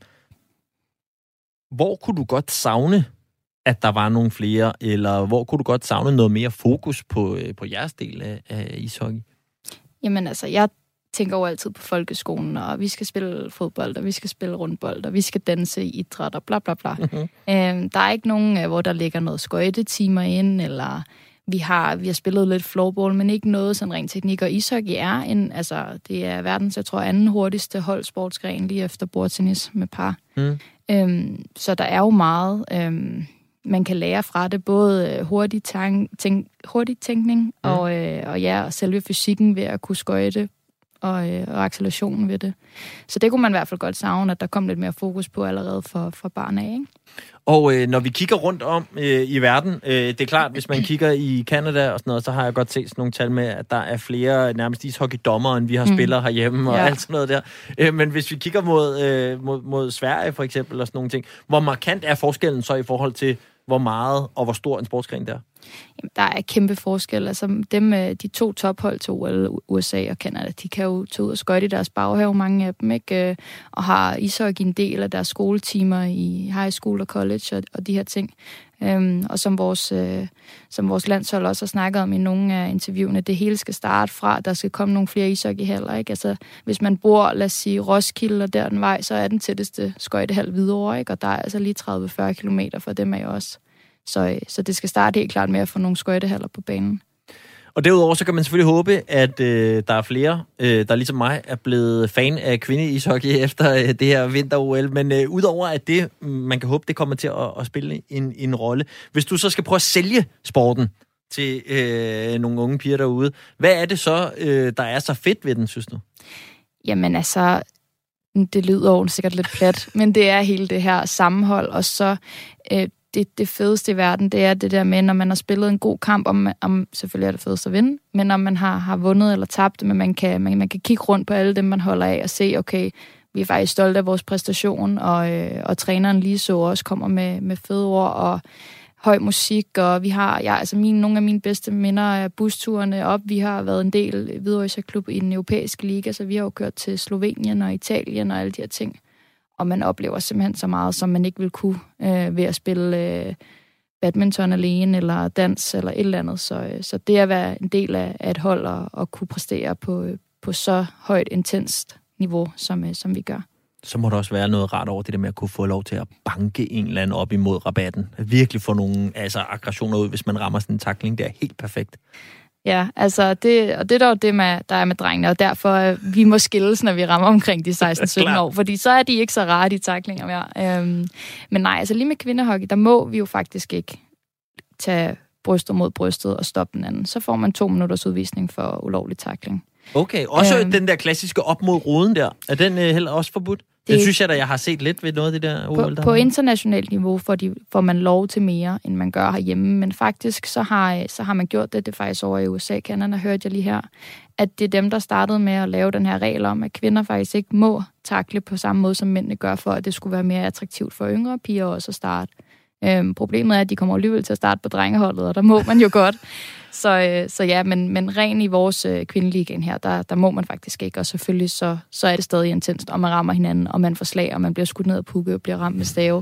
S1: hvor kunne du godt savne, at der var nogle flere, eller hvor kunne du godt savne noget mere fokus på, på jeres del af, af ishockey?
S5: Jamen altså, jeg tænker jo altid på folkeskolen, og vi skal spille fodbold, og vi skal spille rundbold, og vi skal danse i idræt, og bla bla bla. Mm-hmm. Øhm, der er ikke nogen, hvor der ligger noget skøjtetimer ind, eller vi har, vi har spillet lidt floorball, men ikke noget sådan rent teknik, og ishockey er en, altså, det er verdens, jeg tror, anden hurtigste holdsportsgren lige efter bordtennis med par. Mm. Øhm, så der er jo meget, øhm, man kan lære fra det, både hurtig, tænk, tænk, hurtig tænkning mm. og, øh, og ja, og selve fysikken ved at kunne skøjte og, øh, og accelerationen ved det. Så det kunne man i hvert fald godt savne, at der kom lidt mere fokus på allerede for, for barn af, ikke?
S1: Og øh, når vi kigger rundt om øh, i verden, øh, det er klart, hvis man kigger i Canada og sådan noget, så har jeg godt set sådan nogle tal med, at der er flere nærmest ishockeydommere, end vi har mm. spillere herhjemme og ja. alt sådan noget der. Øh, men hvis vi kigger mod, øh, mod, mod Sverige for eksempel og sådan nogle ting, hvor markant er forskellen så i forhold til, hvor meget og hvor stor en sportsgren der er?
S5: Jamen, der er kæmpe forskel. Altså dem, de to tophold til O L, U S A og Canada, de kan jo tage ud og skøjte i deres baghave, mange af dem, ikke? Og har ishockey en del af deres skoletimer i high school og college og, og de her ting. Um, og som vores, uh, som vores landshold også har snakket om i nogle af interviewene, det hele skal starte fra, der skal komme nogle flere ishockeyhaller, ikke? Altså, hvis man bor, lad os sige, Roskilde og der den vej, så er den tætteste skøjtehal Hvidovre, ikke? Og der er altså lige tredive til fyrre kilometer for dem af også. Så, så det skal starte helt klart med at få nogle skøjtehaller på banen.
S1: Og derudover så kan man selvfølgelig håbe, at øh, der er flere, øh, der ligesom mig er blevet fan af kvindeishockey efter øh, det her vinter-O L. Men øh, udover at det, man kan håbe, det kommer til at, at spille en, en rolle. Hvis du så skal prøve at sælge sporten til øh, nogle unge piger derude, hvad er det så, øh, der er så fedt ved den, synes du?
S5: Jamen altså, det lyder jo sikkert lidt plat, men det er hele det her sammenhold, og så... Øh, Det, det fedeste i verden, det er det der med, når man har spillet en god kamp, om, om selvfølgelig er det fedest at vinde, men når man har, har vundet eller tabt, men man kan, man, man kan kigge rundt på alle dem, man holder af, og se, okay, vi er faktisk stolte af vores præstation, og, øh, og træneren lige så også kommer med, med fede ord, og høj musik, og vi har, ja, altså mine, nogle af mine bedste minder af busturene op, vi har været en del Hvidovre Klub i den europæiske liga, så vi har jo kørt til Slovenien og Italien og alle de her ting. Og man oplever simpelthen så meget, som man ikke vil kunne øh, ved at spille øh, badminton alene, eller dans, eller et eller andet. Så, øh, så det at være en del af, af et hold, og, og kunne præstere på, øh, på så højt, intenst niveau, som, øh, som vi gør.
S1: Så må der også være noget rart over det der med at kunne få lov til at banke en eller anden op imod rabatten. At virkelig få nogle altså, aggressioner ud, hvis man rammer sådan en tackling. Det er helt perfekt.
S5: Ja, altså, det, og det er dog det, med, der er med drengene, og derfor øh, vi må skilles, når vi rammer omkring de seksten sytten år, fordi så er de ikke så rare, de tacklinger mere. Øhm, men nej, altså lige med kvindehockey, der må vi jo faktisk ikke tage bryster mod brystet og stoppe den anden. Så får man to minutters udvisning for ulovlig tackling.
S1: Okay, også øhm, den der klassiske op mod ruden der, er den øh, heller også forbudt? Det, det synes jeg da, jeg har set lidt ved noget af det der O L.
S5: På, på internationalt niveau får, de, får man lov til mere, end man gør herhjemme. Men faktisk, så har, så har man gjort det, det faktisk over i U S A, Canada, hørte jeg lige her, at det er dem, der startede med at lave den her regel om, at kvinder faktisk ikke må tackle på samme måde, som mændene gør, for at det skulle være mere attraktivt for yngre piger også at starte. Øhm, problemet er, at de kommer alligevel til at starte på drengeholdet, og der må man jo godt. Så, øh, så ja, men, men ren i vores øh, kvindeligaen her, der, der må man faktisk ikke, og selvfølgelig så, så er det stadig intenst, og man rammer hinanden, og man får slag, og man bliver skudt ned af pukke og bliver ramt med stave.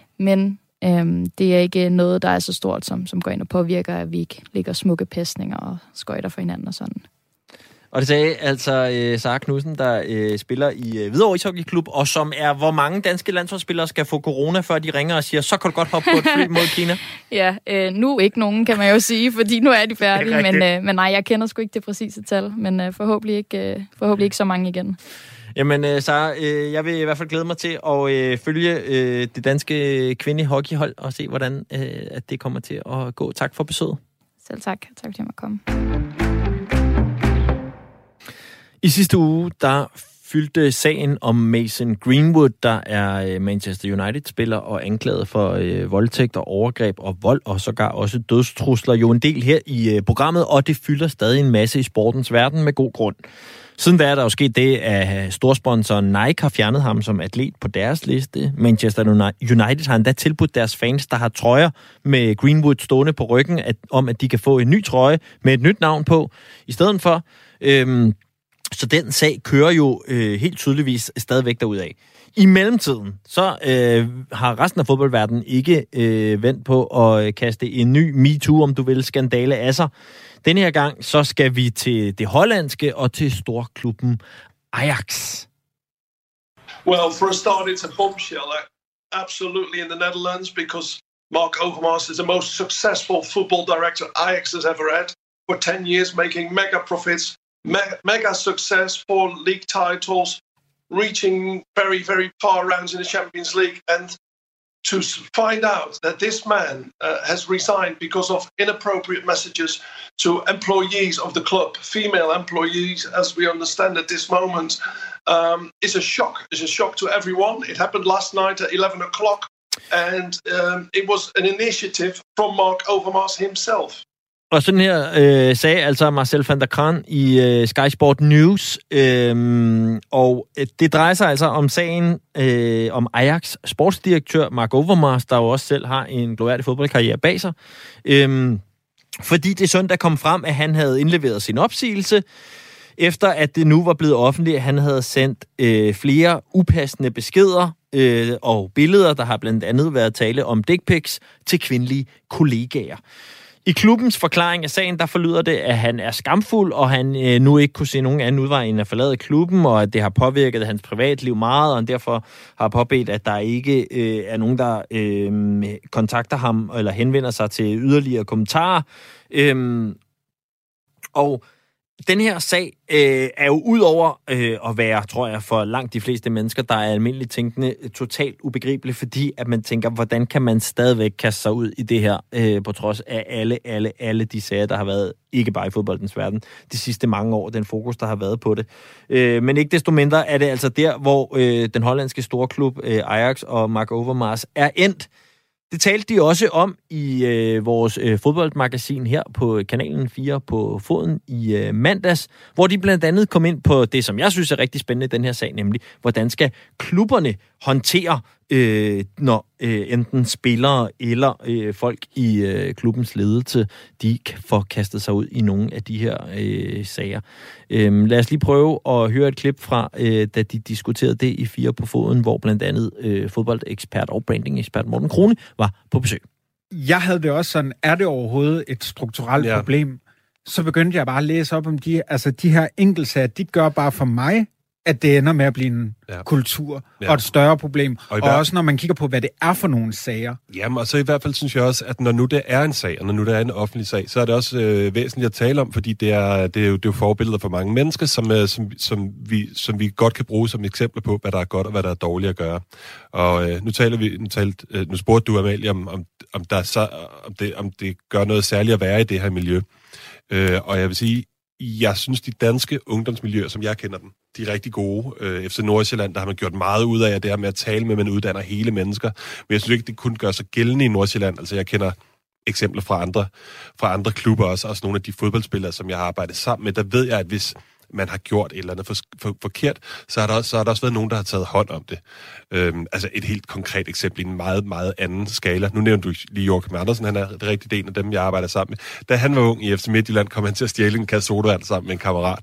S5: Men øhm, det er ikke noget, der er så stort, som, som går ind og påvirker, at vi ikke ligger smukke pæsninger og skøjter for hinanden og sådan.
S1: Og det sagde altså øh, Sara Knudsen, der øh, spiller i øh, Hvidovre Ishockeyklub, og som er, hvor mange danske landsholdsspillere skal få corona, før de ringer og siger, så kan du godt hoppe på et fly mod Kina.
S5: Ja, øh, nu ikke nogen, kan man jo sige, fordi nu er de færdige, men, øh, men nej, jeg kender sgu ikke det præcise tal, men øh, forhåbentlig, ikke, øh, forhåbentlig ikke så mange igen.
S1: Jamen, øh, Sara, øh, jeg vil i hvert fald glæde mig til at øh, følge øh, det danske kvindehockeyhold og se, hvordan øh, at det kommer til at gå. Tak for besøget.
S5: Selv tak. Tak fordi jeg måtte komme.
S1: I sidste uge, der fyldte sagen om Mason Greenwood, der er Manchester United-spiller og anklaget for øh, voldtægt og overgreb og vold, og sågar også dødstrusler, jo en del her i øh, programmet, og det fylder stadig en masse i sportens verden med god grund. Siden da er der jo sket det, at storsponsoren Nike har fjernet ham som atlet på deres liste. Manchester United har endda tilbudt deres fans, der har trøjer med Greenwood stående på ryggen, at, om at de kan få en ny trøje med et nyt navn på, i stedet for. Øhm, Så den sag kører jo øh, helt tydeligvis stadigvæk derudad. I mellemtiden, så øh, har resten af fodboldverdenen ikke øh, vendt på at kaste en ny MeToo, om du vil, skandale af sig. Denne her gang, så skal vi til det hollandske og til storklubben Ajax.
S6: Well, for a start, it's a bombshell, absolutely, in the Netherlands, because Mark Overmars is the most successful football director Ajax has ever had for ten years, making mega profits. Mega, mega success, four league titles, reaching very, very far rounds in the Champions League. And to find out that this man uh, has resigned because of inappropriate messages to employees of the club, female employees, as we understand at this moment, um, is a shock. It's a shock to everyone. It happened last night at eleven o'clock. And um, it was an initiative from Mark Overmars himself.
S1: Og sådan her øh, sagde altså Marcel van der Kraan i øh, Sky Sport News. Øhm, og øh, det drejer sig altså om sagen øh, om Ajax sportsdirektør Mark Overmars, der jo også selv har en glorværdig fodboldkarriere bag sig. Øhm, fordi det søndag kom frem, at han havde indleveret sin opsigelse, efter at det nu var blevet offentligt, at han havde sendt øh, flere upassende beskeder øh, og billeder, der har blandt andet været tale om dick pics, til kvindelige kollegaer. I klubbens forklaring af sagen, der forlyder det, at han er skamfuld, og han øh, nu ikke kunne se nogen anden udvej end at forlade klubben, og at det har påvirket hans privatliv meget, og han derfor har påbedt, at der ikke øh, er nogen, der øh, kontakter ham eller henvender sig til yderligere kommentarer. Øh, og den her sag øh, er jo ud over øh, at være, tror jeg, for langt de fleste mennesker, der er almindeligt tænkende, totalt ubegribelig, fordi at man tænker, hvordan kan man stadigvæk kaste sig ud i det her, øh, på trods af alle, alle, alle de sager, der har været, ikke bare i fodboldens verden, de sidste mange år, den fokus, der har været på det. Øh, men ikke desto mindre er det altså der, hvor øh, den hollandske storklub øh, Ajax og Mark Overmars er endt. Det talte de også om i øh, vores øh, fodboldmagasin her på kanalen fire på Foden i øh, mandags, hvor de blandt andet kom ind på det, som jeg synes er rigtig spændende i den her sag, nemlig hvordan skal klubberne håndtere, øh, når øh, enten spillere eller øh, folk i øh, klubbens ledelse, de får kastet sig ud i nogle af de her øh, sager. Øh, lad os lige prøve at høre et klip fra, øh, da de diskuterede det i fire på Foden, hvor blandt andet øh, fodboldekspert og brandingekspert Morten Krone var på besøg.
S7: Jeg havde det også sådan, er det overhovedet et strukturelt ja. problem? Så begyndte jeg bare at læse op om de, altså de her enkeltsager, de gør bare for mig, at det ender med at blive en ja. kultur ja. og et større problem. Og, og også når man kigger på, hvad det er for nogle sager.
S8: Jamen, og så i hvert fald synes jeg også, at når nu det er en sag, og når nu det er en offentlig sag, så er det også øh, væsentligt at tale om, fordi det er, det er, jo, det er jo forbilleder for mange mennesker, som, øh, som, som, vi, som vi godt kan bruge som eksempler på, hvad der er godt og hvad der er dårligt at gøre. Og øh, nu taler vi, nu, talt, øh, nu spurgte du, Amalie, om, om, om, der så, om, det, om det gør noget særligt at være i det her miljø. Øh, og jeg vil sige, jeg synes, de danske ungdomsmiljøer, som jeg kender dem, de er rigtig gode. Øh, F C Nordsjælland, der har man gjort meget ud af, at det her med at tale med, man uddanner hele mennesker. Men jeg synes ikke, det kun gør sig gældende i Nordsjælland. Altså, jeg kender eksempler fra andre, fra andre klubber også, også nogle af de fodboldspillere, som jeg har arbejdet sammen med. Der ved jeg, at hvis man har gjort et eller andet for, for, forkert, så har, der også, så har der også været nogen, der har taget hånd om det. Øhm, altså et helt konkret eksempel i en meget, meget anden skala. Nu nævnte du lige Joachim Andersen, han er det rigtige en af dem, jeg arbejder sammen med. Da han var ung i F C Midtjylland, kom han til at stjæle en kasse sodavand sammen med en kammerat.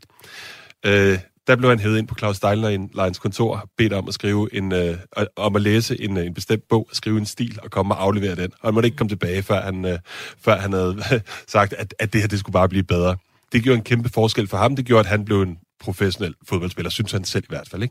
S8: Øh, der blev han hævet ind på Claus Steinleins kontor, bedt om at skrive en, øh, om at læse en, en bestemt bog, skrive en stil og komme og aflevere den. Og han måtte ikke komme tilbage, før han, øh, før han havde sagt, at, at det her det skulle bare blive bedre. Det gjorde en kæmpe forskel for ham. Det gjorde, at han blev en professionel fodboldspiller, synes han selv i hvert fald, ikke?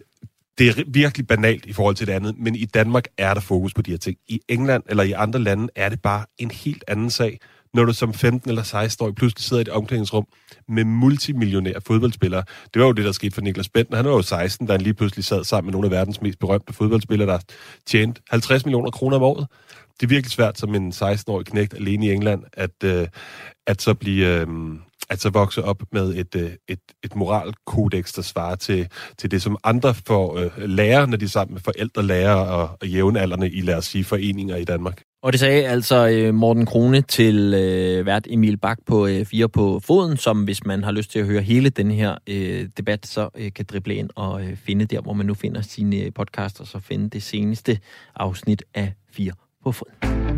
S8: Det er virkelig banalt i forhold til det andet, men i Danmark er der fokus på de her ting. I England eller i andre lande er det bare en helt anden sag. når du som femten- eller seksten-årig pludselig sidder i et omklædningsrum med multimillionære fodboldspillere. Det var jo det, der skete for Niklas Bentner. Han var jo seksten, da han lige pludselig sad sammen med nogle af verdens mest berømte fodboldspillere, der tjente halvtreds millioner kroner om året. Det er virkelig svært som en seksten-årig knægt alene i England, at, øh, at så blive... Øh, at så vokse op med et, et, et moralkodex, der svarer til, til det, som andre får øh, lærer, når de er sammen med forældre, lærere og, og jævnaldrende i, lad os sige, foreninger i Danmark.
S1: Og det sagde altså øh, Morten Krone til øh, vært Emil Bak på øh, Fire på Foden, som hvis man har lyst til at høre hele den her øh, debat, så øh, kan drible ind og øh, finde der, hvor man nu finder sine øh, podcaster, så finde det seneste afsnit af Fire på Foden.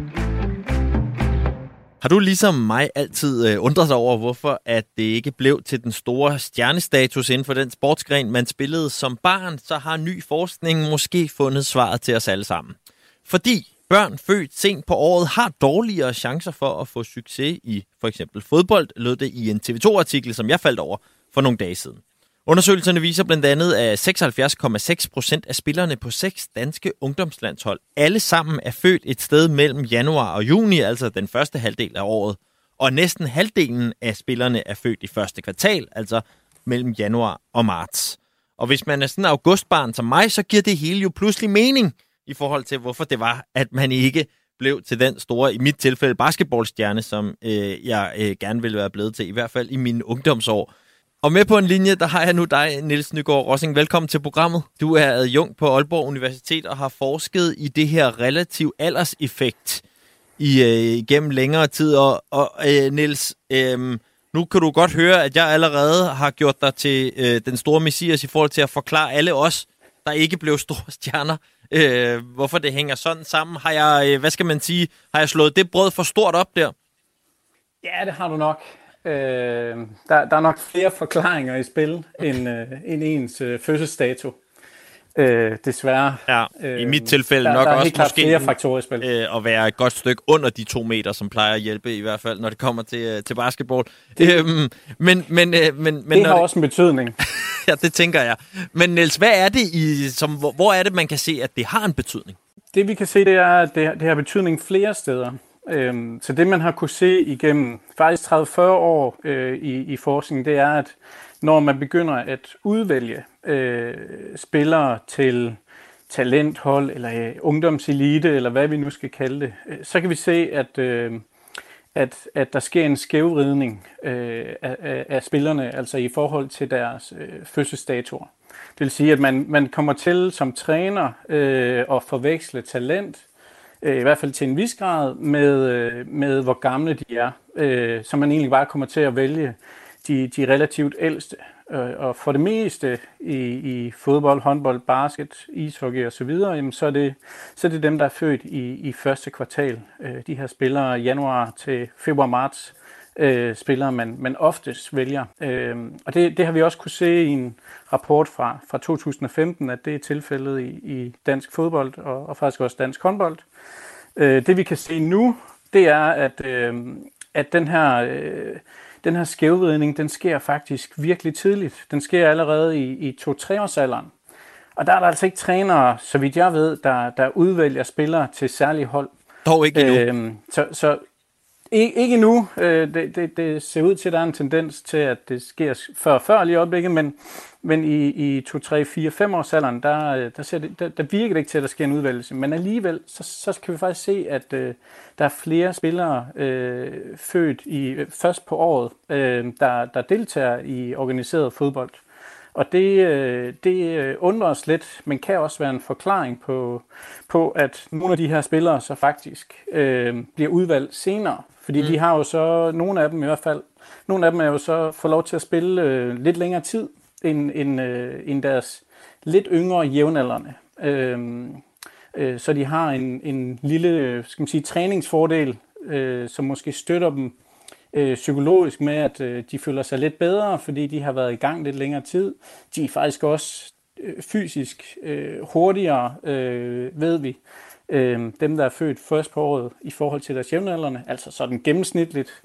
S1: Har du ligesom mig altid øh, undret dig over, hvorfor at det ikke blev til den store stjernestatus inden for den sportsgren, man spillede som barn, så har ny forskning måske fundet svaret til os alle sammen. Fordi børn født sent på året har dårligere chancer for at få succes i for eksempel fodbold, lød det i en T V to-artikel, som jeg faldt over for nogle dage siden. Undersøgelserne viser blandt andet, at seksoghalvfjerds komma seks procent af spillerne på seks danske ungdomslandshold alle sammen er født et sted mellem januar og juni, altså den første halvdel af året. Og næsten halvdelen af spillerne er født i første kvartal, altså mellem januar og marts. Og hvis man er sådan en augustbarn som mig, så giver det hele jo pludselig mening i forhold til, hvorfor det var, at man ikke blev til den store, i mit tilfælde, basketballstjerne, som øh, jeg øh, gerne ville være blevet til, i hvert fald i mine ungdomsår. Og med på en linje, der har jeg nu dig, Niels Nygaard Rossing. Velkommen til programmet. Du er adjunkt på Aalborg Universitet og har forsket i det her relativ alderseffekt i øh, gennem længere tid. Og, og øh, Niels, øh, nu kan du godt høre, at jeg allerede har gjort dig til øh, den store messias i forhold til at forklare alle os, der ikke blev store stjerner, øh, hvorfor det hænger sådan sammen. Har jeg, øh, hvad skal man sige, har jeg slået det brød for stort op der?
S9: Ja, det har du nok. Øh, der, der er nok flere forklaringer i spil end, øh, end ens øh, fødselsdato. Øh, desværre.
S1: Ja, i mit tilfælde
S9: der,
S1: nok
S9: der
S1: også måske
S9: flere faktorer i spil.
S1: Øh, at være et godt stykke under de to meter, som plejer at hjælpe i hvert fald, når det kommer til, til basketball.
S9: Det,
S1: øhm, men, men, øh, men, men,
S9: det har
S1: det,
S9: også en betydning.
S1: Ja, det tænker jeg. Men Niels, hvad er det, i, som, hvor, hvor er det, man kan se, at det har en betydning?
S9: Det vi kan se, det er, at det, det har betydning flere steder. Øhm, så det, man har kunne se igennem faktisk tredive til fyrre år øh, i, i forskningen, det er, at når man begynder at udvælge øh, spillere til talenthold eller øh, ungdomselite, eller hvad vi nu skal kalde det, øh, så kan vi se, at, øh, at, at der sker en skævvridning øh, af, af spillerne, altså i forhold til deres øh, fødselsdatoer. Det vil sige, at man, man kommer til som træner øh, at forveksle talent, øh, i hvert fald til en vis grad, med, øh, med hvor gamle de er. Øh, så man egentlig bare kommer til at vælge de, de relativt ældste. Og for det meste i, i fodbold, håndbold, basket, ishockey og så videre, jamen så er det så er det dem, der er født i, i første kvartal. De her spillere januar til februar marts øh, spillere man, man oftest vælger. Øh, og det, det har vi også kunne se i en rapport fra, fra to tusind og femten, at det er tilfældet i, i dansk fodbold og, og faktisk også dansk håndbold. Øh, det vi kan se nu, det er, at, øh, at den her øh, Den her skævvridning, den sker faktisk virkelig tidligt. Den sker allerede i, i to-tre års alderen. Og der er der altså ikke trænere, så vidt jeg ved, der, der udvælger spillere til særlige hold.
S1: Dog ikke endnu.
S9: Øhm, så så ikke, ikke endnu. Øh, det, det, det ser ud til, at der er en tendens til, at det sker før før lige i øjeblikket, men, men i, i to, tre, fire, fem års alderen, der, der, ser det, der, der virker det ikke til, at der sker en udvælgelse. Men alligevel, så, så kan vi faktisk se, at øh, der er flere spillere øh, født i, først på året, øh, der, der deltager i organiseret fodbold. Og det, øh, det undrer os lidt, men kan også være en forklaring på, på at nogle af de her spillere så faktisk øh, bliver udvalgt senere. Fordi mm. de har jo så, nogle af dem i hvert fald, nogle af dem er jo så får lov til at spille øh, lidt længere tid end, end, øh, end deres lidt yngre jævnaldrende. Øh, øh, så de har en, en lille, skal man sige, træningsfordel, øh, som måske støtter dem øh, psykologisk med, at øh, de føler sig lidt bedre, fordi de har været i gang lidt længere tid. De er faktisk også øh, fysisk øh, hurtigere, øh, ved vi. Øh, dem, der er født først på året i forhold til deres jævnaldrende, altså sådan gennemsnitligt.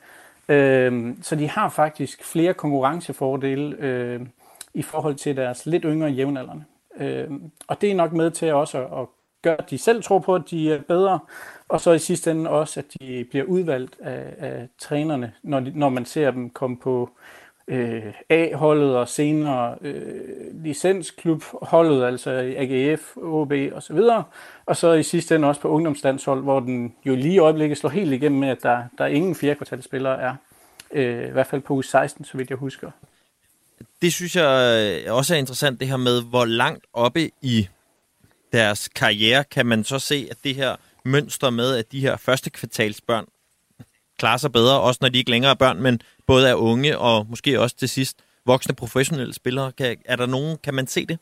S9: Øh, så de har faktisk flere konkurrencefordele øh, i forhold til deres lidt yngre jævnaldrende. Øh, og det er nok med til også at, at gør, at de selv tror på, at de er bedre, og så i sidste ende også, at de bliver udvalgt af, af trænerne, når, de, når man ser dem komme på øh, A-holdet og senere øh, licensklubholdet, altså A G F, O B og så videre, og så i sidste ende også på ungdomslandshold, hvor den jo lige i øjeblikket slår helt igennem med, at der, der er ingen fjerdekvartalspillere er, øh, i hvert fald på U seksten, så vidt jeg husker.
S1: Det synes jeg også er interessant, det her med, hvor langt oppe i deres karriere kan man så se, at det her mønster med, at de her første kvartalsbørn klarer sig bedre, også når de ikke længere er børn, men både er unge og måske også til sidst voksne professionelle spillere. Kan, er der nogen, kan man se det?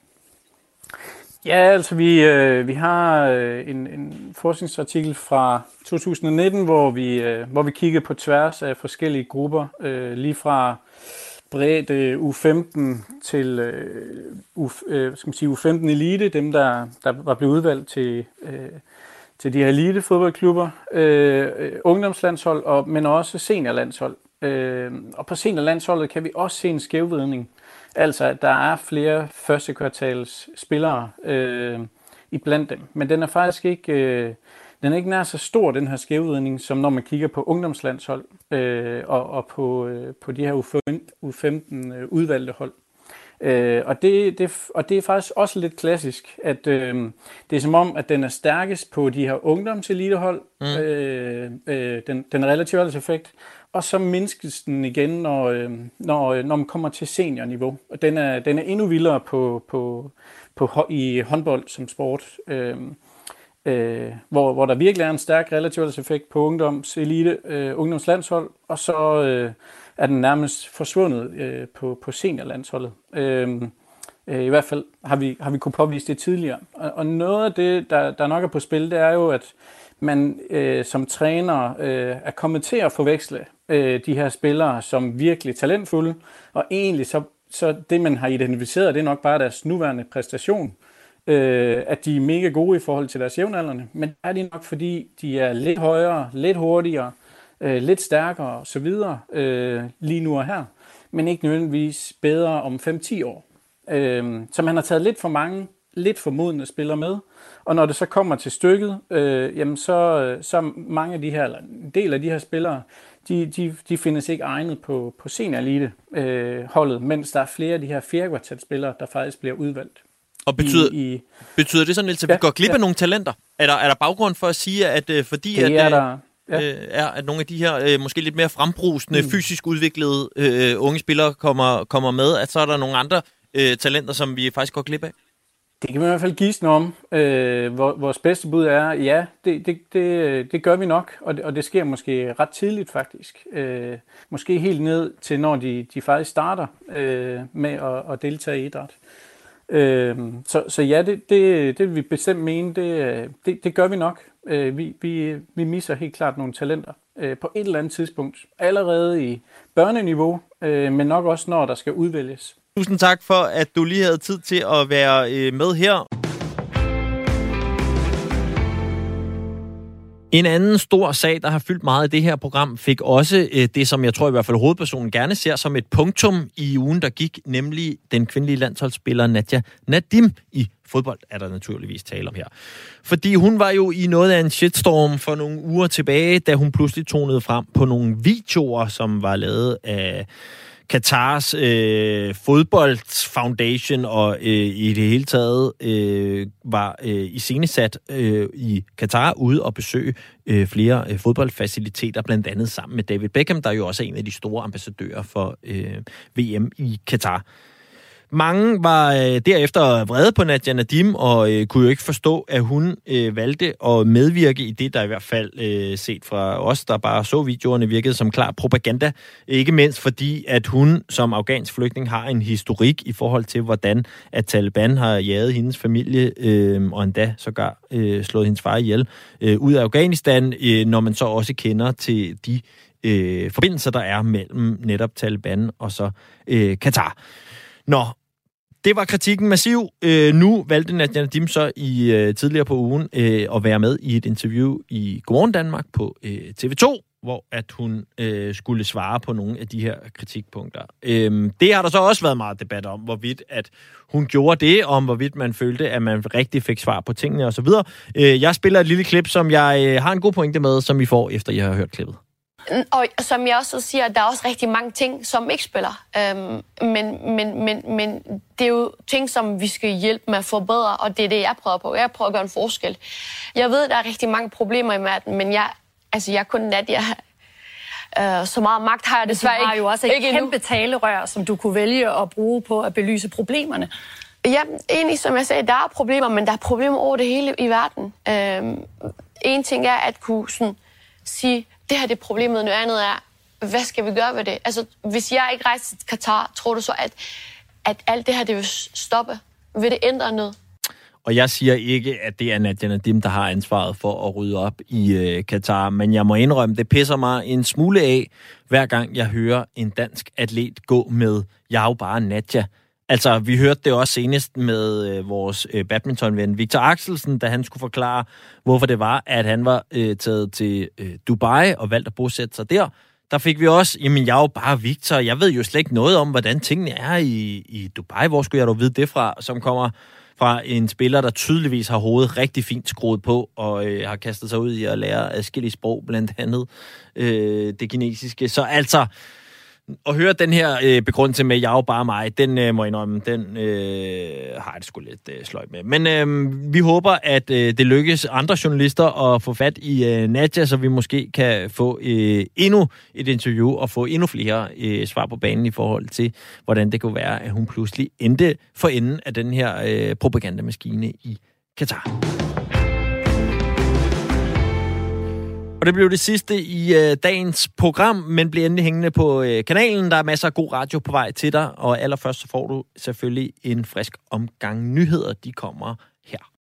S9: Ja, altså vi, øh, vi har øh, en, en forskningsartikel fra to tusind nitten, hvor vi, øh, hvor vi kiggede på tværs af forskellige grupper, øh, lige fra bredt øh, U femten til øh, U, øh, skal man sige, U femten Elite, dem der, der var blevet udvalgt til, øh, til de her elite fodboldklubber, øh, ungdomslandshold, og, men også seniorlandshold. Øh, og på seniorlandsholdet kan vi også se en skævvridning, altså at der er flere første kvartals spillere øh, iblandt dem, men den er faktisk ikke... Øh, Den er ikke nær så stor, den her skævvridning, som når man kigger på ungdomslandshold øh, og, og på, øh, på de her U femten øh, udvalgte hold. Øh, og, det, det, og det er faktisk også lidt klassisk, at øh, det er som om, at den er stærkest på de her ungdomselitehold, mm. øh, øh, den, den relative alderseffekt, og så mindskes den igen, når, øh, når, når man kommer til seniorniveau. Og den er, den er endnu vildere på, på, på, i håndbold som sport. Øh, Øh, hvor, hvor der virkelig er en stærk relativ effekt på ungdomselite, øh, ungdomslandshold, og så øh, er den nærmest forsvundet øh, på, på seniorlandsholdet. Øh, øh, I hvert fald har vi, har vi kunnet påvise det tidligere. Og, og noget af det, der, der nok er på spil, det er jo, at man øh, som træner øh, er kommet til at forveksle øh, de her spillere som virkelig talentfulde, og egentlig så, så det, man har identificeret, det er nok bare deres nuværende præstation. Øh, at de er mega gode i forhold til deres jævnaldrende, men er de nok, fordi de er lidt højere, lidt hurtigere, øh, lidt stærkere osv. Øh, lige nu og her, men ikke nødvendigvis bedre om fem til ti år. Øh, så man har taget lidt for mange, lidt for modne spillere med, og når det så kommer til stykket, øh, jamen så, så mange af de her, eller en del af de her spillere, de, de, de findes ikke egnet på, på seniorelite øh, holdet, mens der er flere af de her fjerdekvartalsspillere, der faktisk bliver udvalgt.
S1: Og betyder,
S9: I, i,
S1: betyder det sådan, at vi ja, går glip af ja. nogle talenter? Er der, er der baggrund for at sige, at øh, fordi
S9: det
S1: at,
S9: er, der, ja.
S1: øh, er, at nogle af de her øh, måske lidt mere frembrusende, mm. fysisk udviklede øh, unge spillere kommer, kommer med, at så er der nogle andre øh, talenter, som vi faktisk går glip af?
S9: Det kan man i hvert fald gisne om. Øh, vores bedste bud er, ja, det, det, det, det gør vi nok, og det, og det sker måske ret tidligt faktisk. Øh, måske helt ned til, når de, de faktisk starter øh, med at, at deltage i idræt. Øh, så, så ja, det, det, det vil vi bestemt mene, det, det, det gør vi nok. Øh, vi, vi, vi misser helt klart nogle talenter øh, på et eller andet tidspunkt. Allerede i børneniveau, øh, men nok også når der skal udvælges.
S1: Tusind tak for, at du lige havde tid til at være øh, med her. En anden stor sag, der har fyldt meget i det her program, fik også øh, det, som jeg tror i hvert fald hovedpersonen gerne ser som et punktum i ugen, der gik, nemlig den kvindelige landsholdsspiller Nadia Nadim. I fodbold er der naturligvis tale om her. Fordi hun var jo i noget af en shitstorm for nogle uger tilbage, da hun pludselig tonede frem på nogle videoer, som var lavet af Katars øh, fodboldfoundation og øh, i det hele taget øh, var øh, iscenesat øh, i Katar ude og besøge øh, flere øh, fodboldfaciliteter, blandt andet sammen med David Beckham, der jo også er en af de store ambassadører for øh, V M i Katar. Mange var øh, derefter vrede på Nadia Nadim og øh, kunne jo ikke forstå, at hun øh, valgte at medvirke i det, der i hvert fald øh, set fra os, der bare så videoerne, virkede som klar propaganda. Ikke mindst fordi, at hun som afghansk flygtning har en historik i forhold til, hvordan at Taliban har jaget hendes familie øh, og endda sågar øh, slået hendes far ihjel øh, ud af Afghanistan, øh, når man så også kender til de øh, forbindelser, der er mellem netop Taliban og så øh, Katar. Nå, det var kritikken massiv. Øh, nu valgte Nadia Nadim så i øh, tidligere på ugen øh, at være med i et interview i Godmorgen Danmark på øh, T V to. hvor at hun øh, skulle svare på nogle af de her kritikpunkter. Øhm, det har der så også været meget debat om, hvorvidt at hun gjorde det, om hvorvidt man følte, at man rigtig fik svar på tingene og så videre. Øh, jeg spiller et lille klip, som jeg øh, har en god pointe med, som I får, efter I har hørt klippet.
S10: Og som jeg også siger, der er også rigtig mange ting, som ikke spiller. Øhm, men, men, men, men det er jo ting, som vi skal hjælpe med at forbedre, og det er det, jeg prøver på. Jeg prøver at gøre en forskel. Jeg ved, der er rigtig mange problemer i verden, men jeg, altså, jeg er kun Nadia. Øh, så meget magt har jeg desværre ikke.
S11: Du har jo også et
S10: ikke
S11: kæmpe
S10: endnu.
S11: talerør, som du kunne vælge at bruge på at belyse problemerne.
S10: Ja, egentlig som jeg sagde, der er problemer, men der er problemer over det hele i verden. Øhm, en ting er at kunne sådan, sige, det her det er problemet, noget andet er, hvad skal vi gøre ved det? Altså, hvis jeg ikke rejser til Katar, tror du så, at, at alt det her det vil stoppe? Vil det ændre noget?
S1: Og jeg siger ikke, at det er Nadia Nadim, der har ansvaret for at rydde op i øh, Katar, men jeg må indrømme, det pisser mig en smule af, hver gang jeg hører en dansk atlet gå med, jeg er jo bare Nadia. Altså, vi hørte det også senest med øh, vores øh, badmintonven Victor Axelsen, da han skulle forklare, hvorfor det var, at han var øh, taget til øh, Dubai og valgte at bosætte sig der. Der fik vi også, jamen jeg er jo bare Victor, jeg ved jo slet ikke noget om, hvordan tingene er i, i Dubai. Hvor skulle jeg dog vide det fra, som kommer fra en spiller, der tydeligvis har hovedet rigtig fint skruet på, og øh, har kastet sig ud i at lære adskillige sprog, blandt andet øh, det kinesiske. Så altså, at høre den her øh, begrundelse med, jeg er jo bare mig, den øh, må jeg indrømme, den øh, har jeg det sgu lidt øh, sløjt med. Men øh, vi håber, at øh, det lykkes andre journalister at få fat i øh, Nadia, så vi måske kan få øh, endnu et interview og få endnu flere øh, svar på banen i forhold til, hvordan det kunne være, at hun pludselig endte for enden af den her øh, propagandamaskine i Katar. Og det blev det sidste i øh, dagens program, men bliver endelig hængende på øh, kanalen. Der er masser af god radio på vej til dig, og allerførst så får du selvfølgelig en frisk omgang nyheder. De kommer her.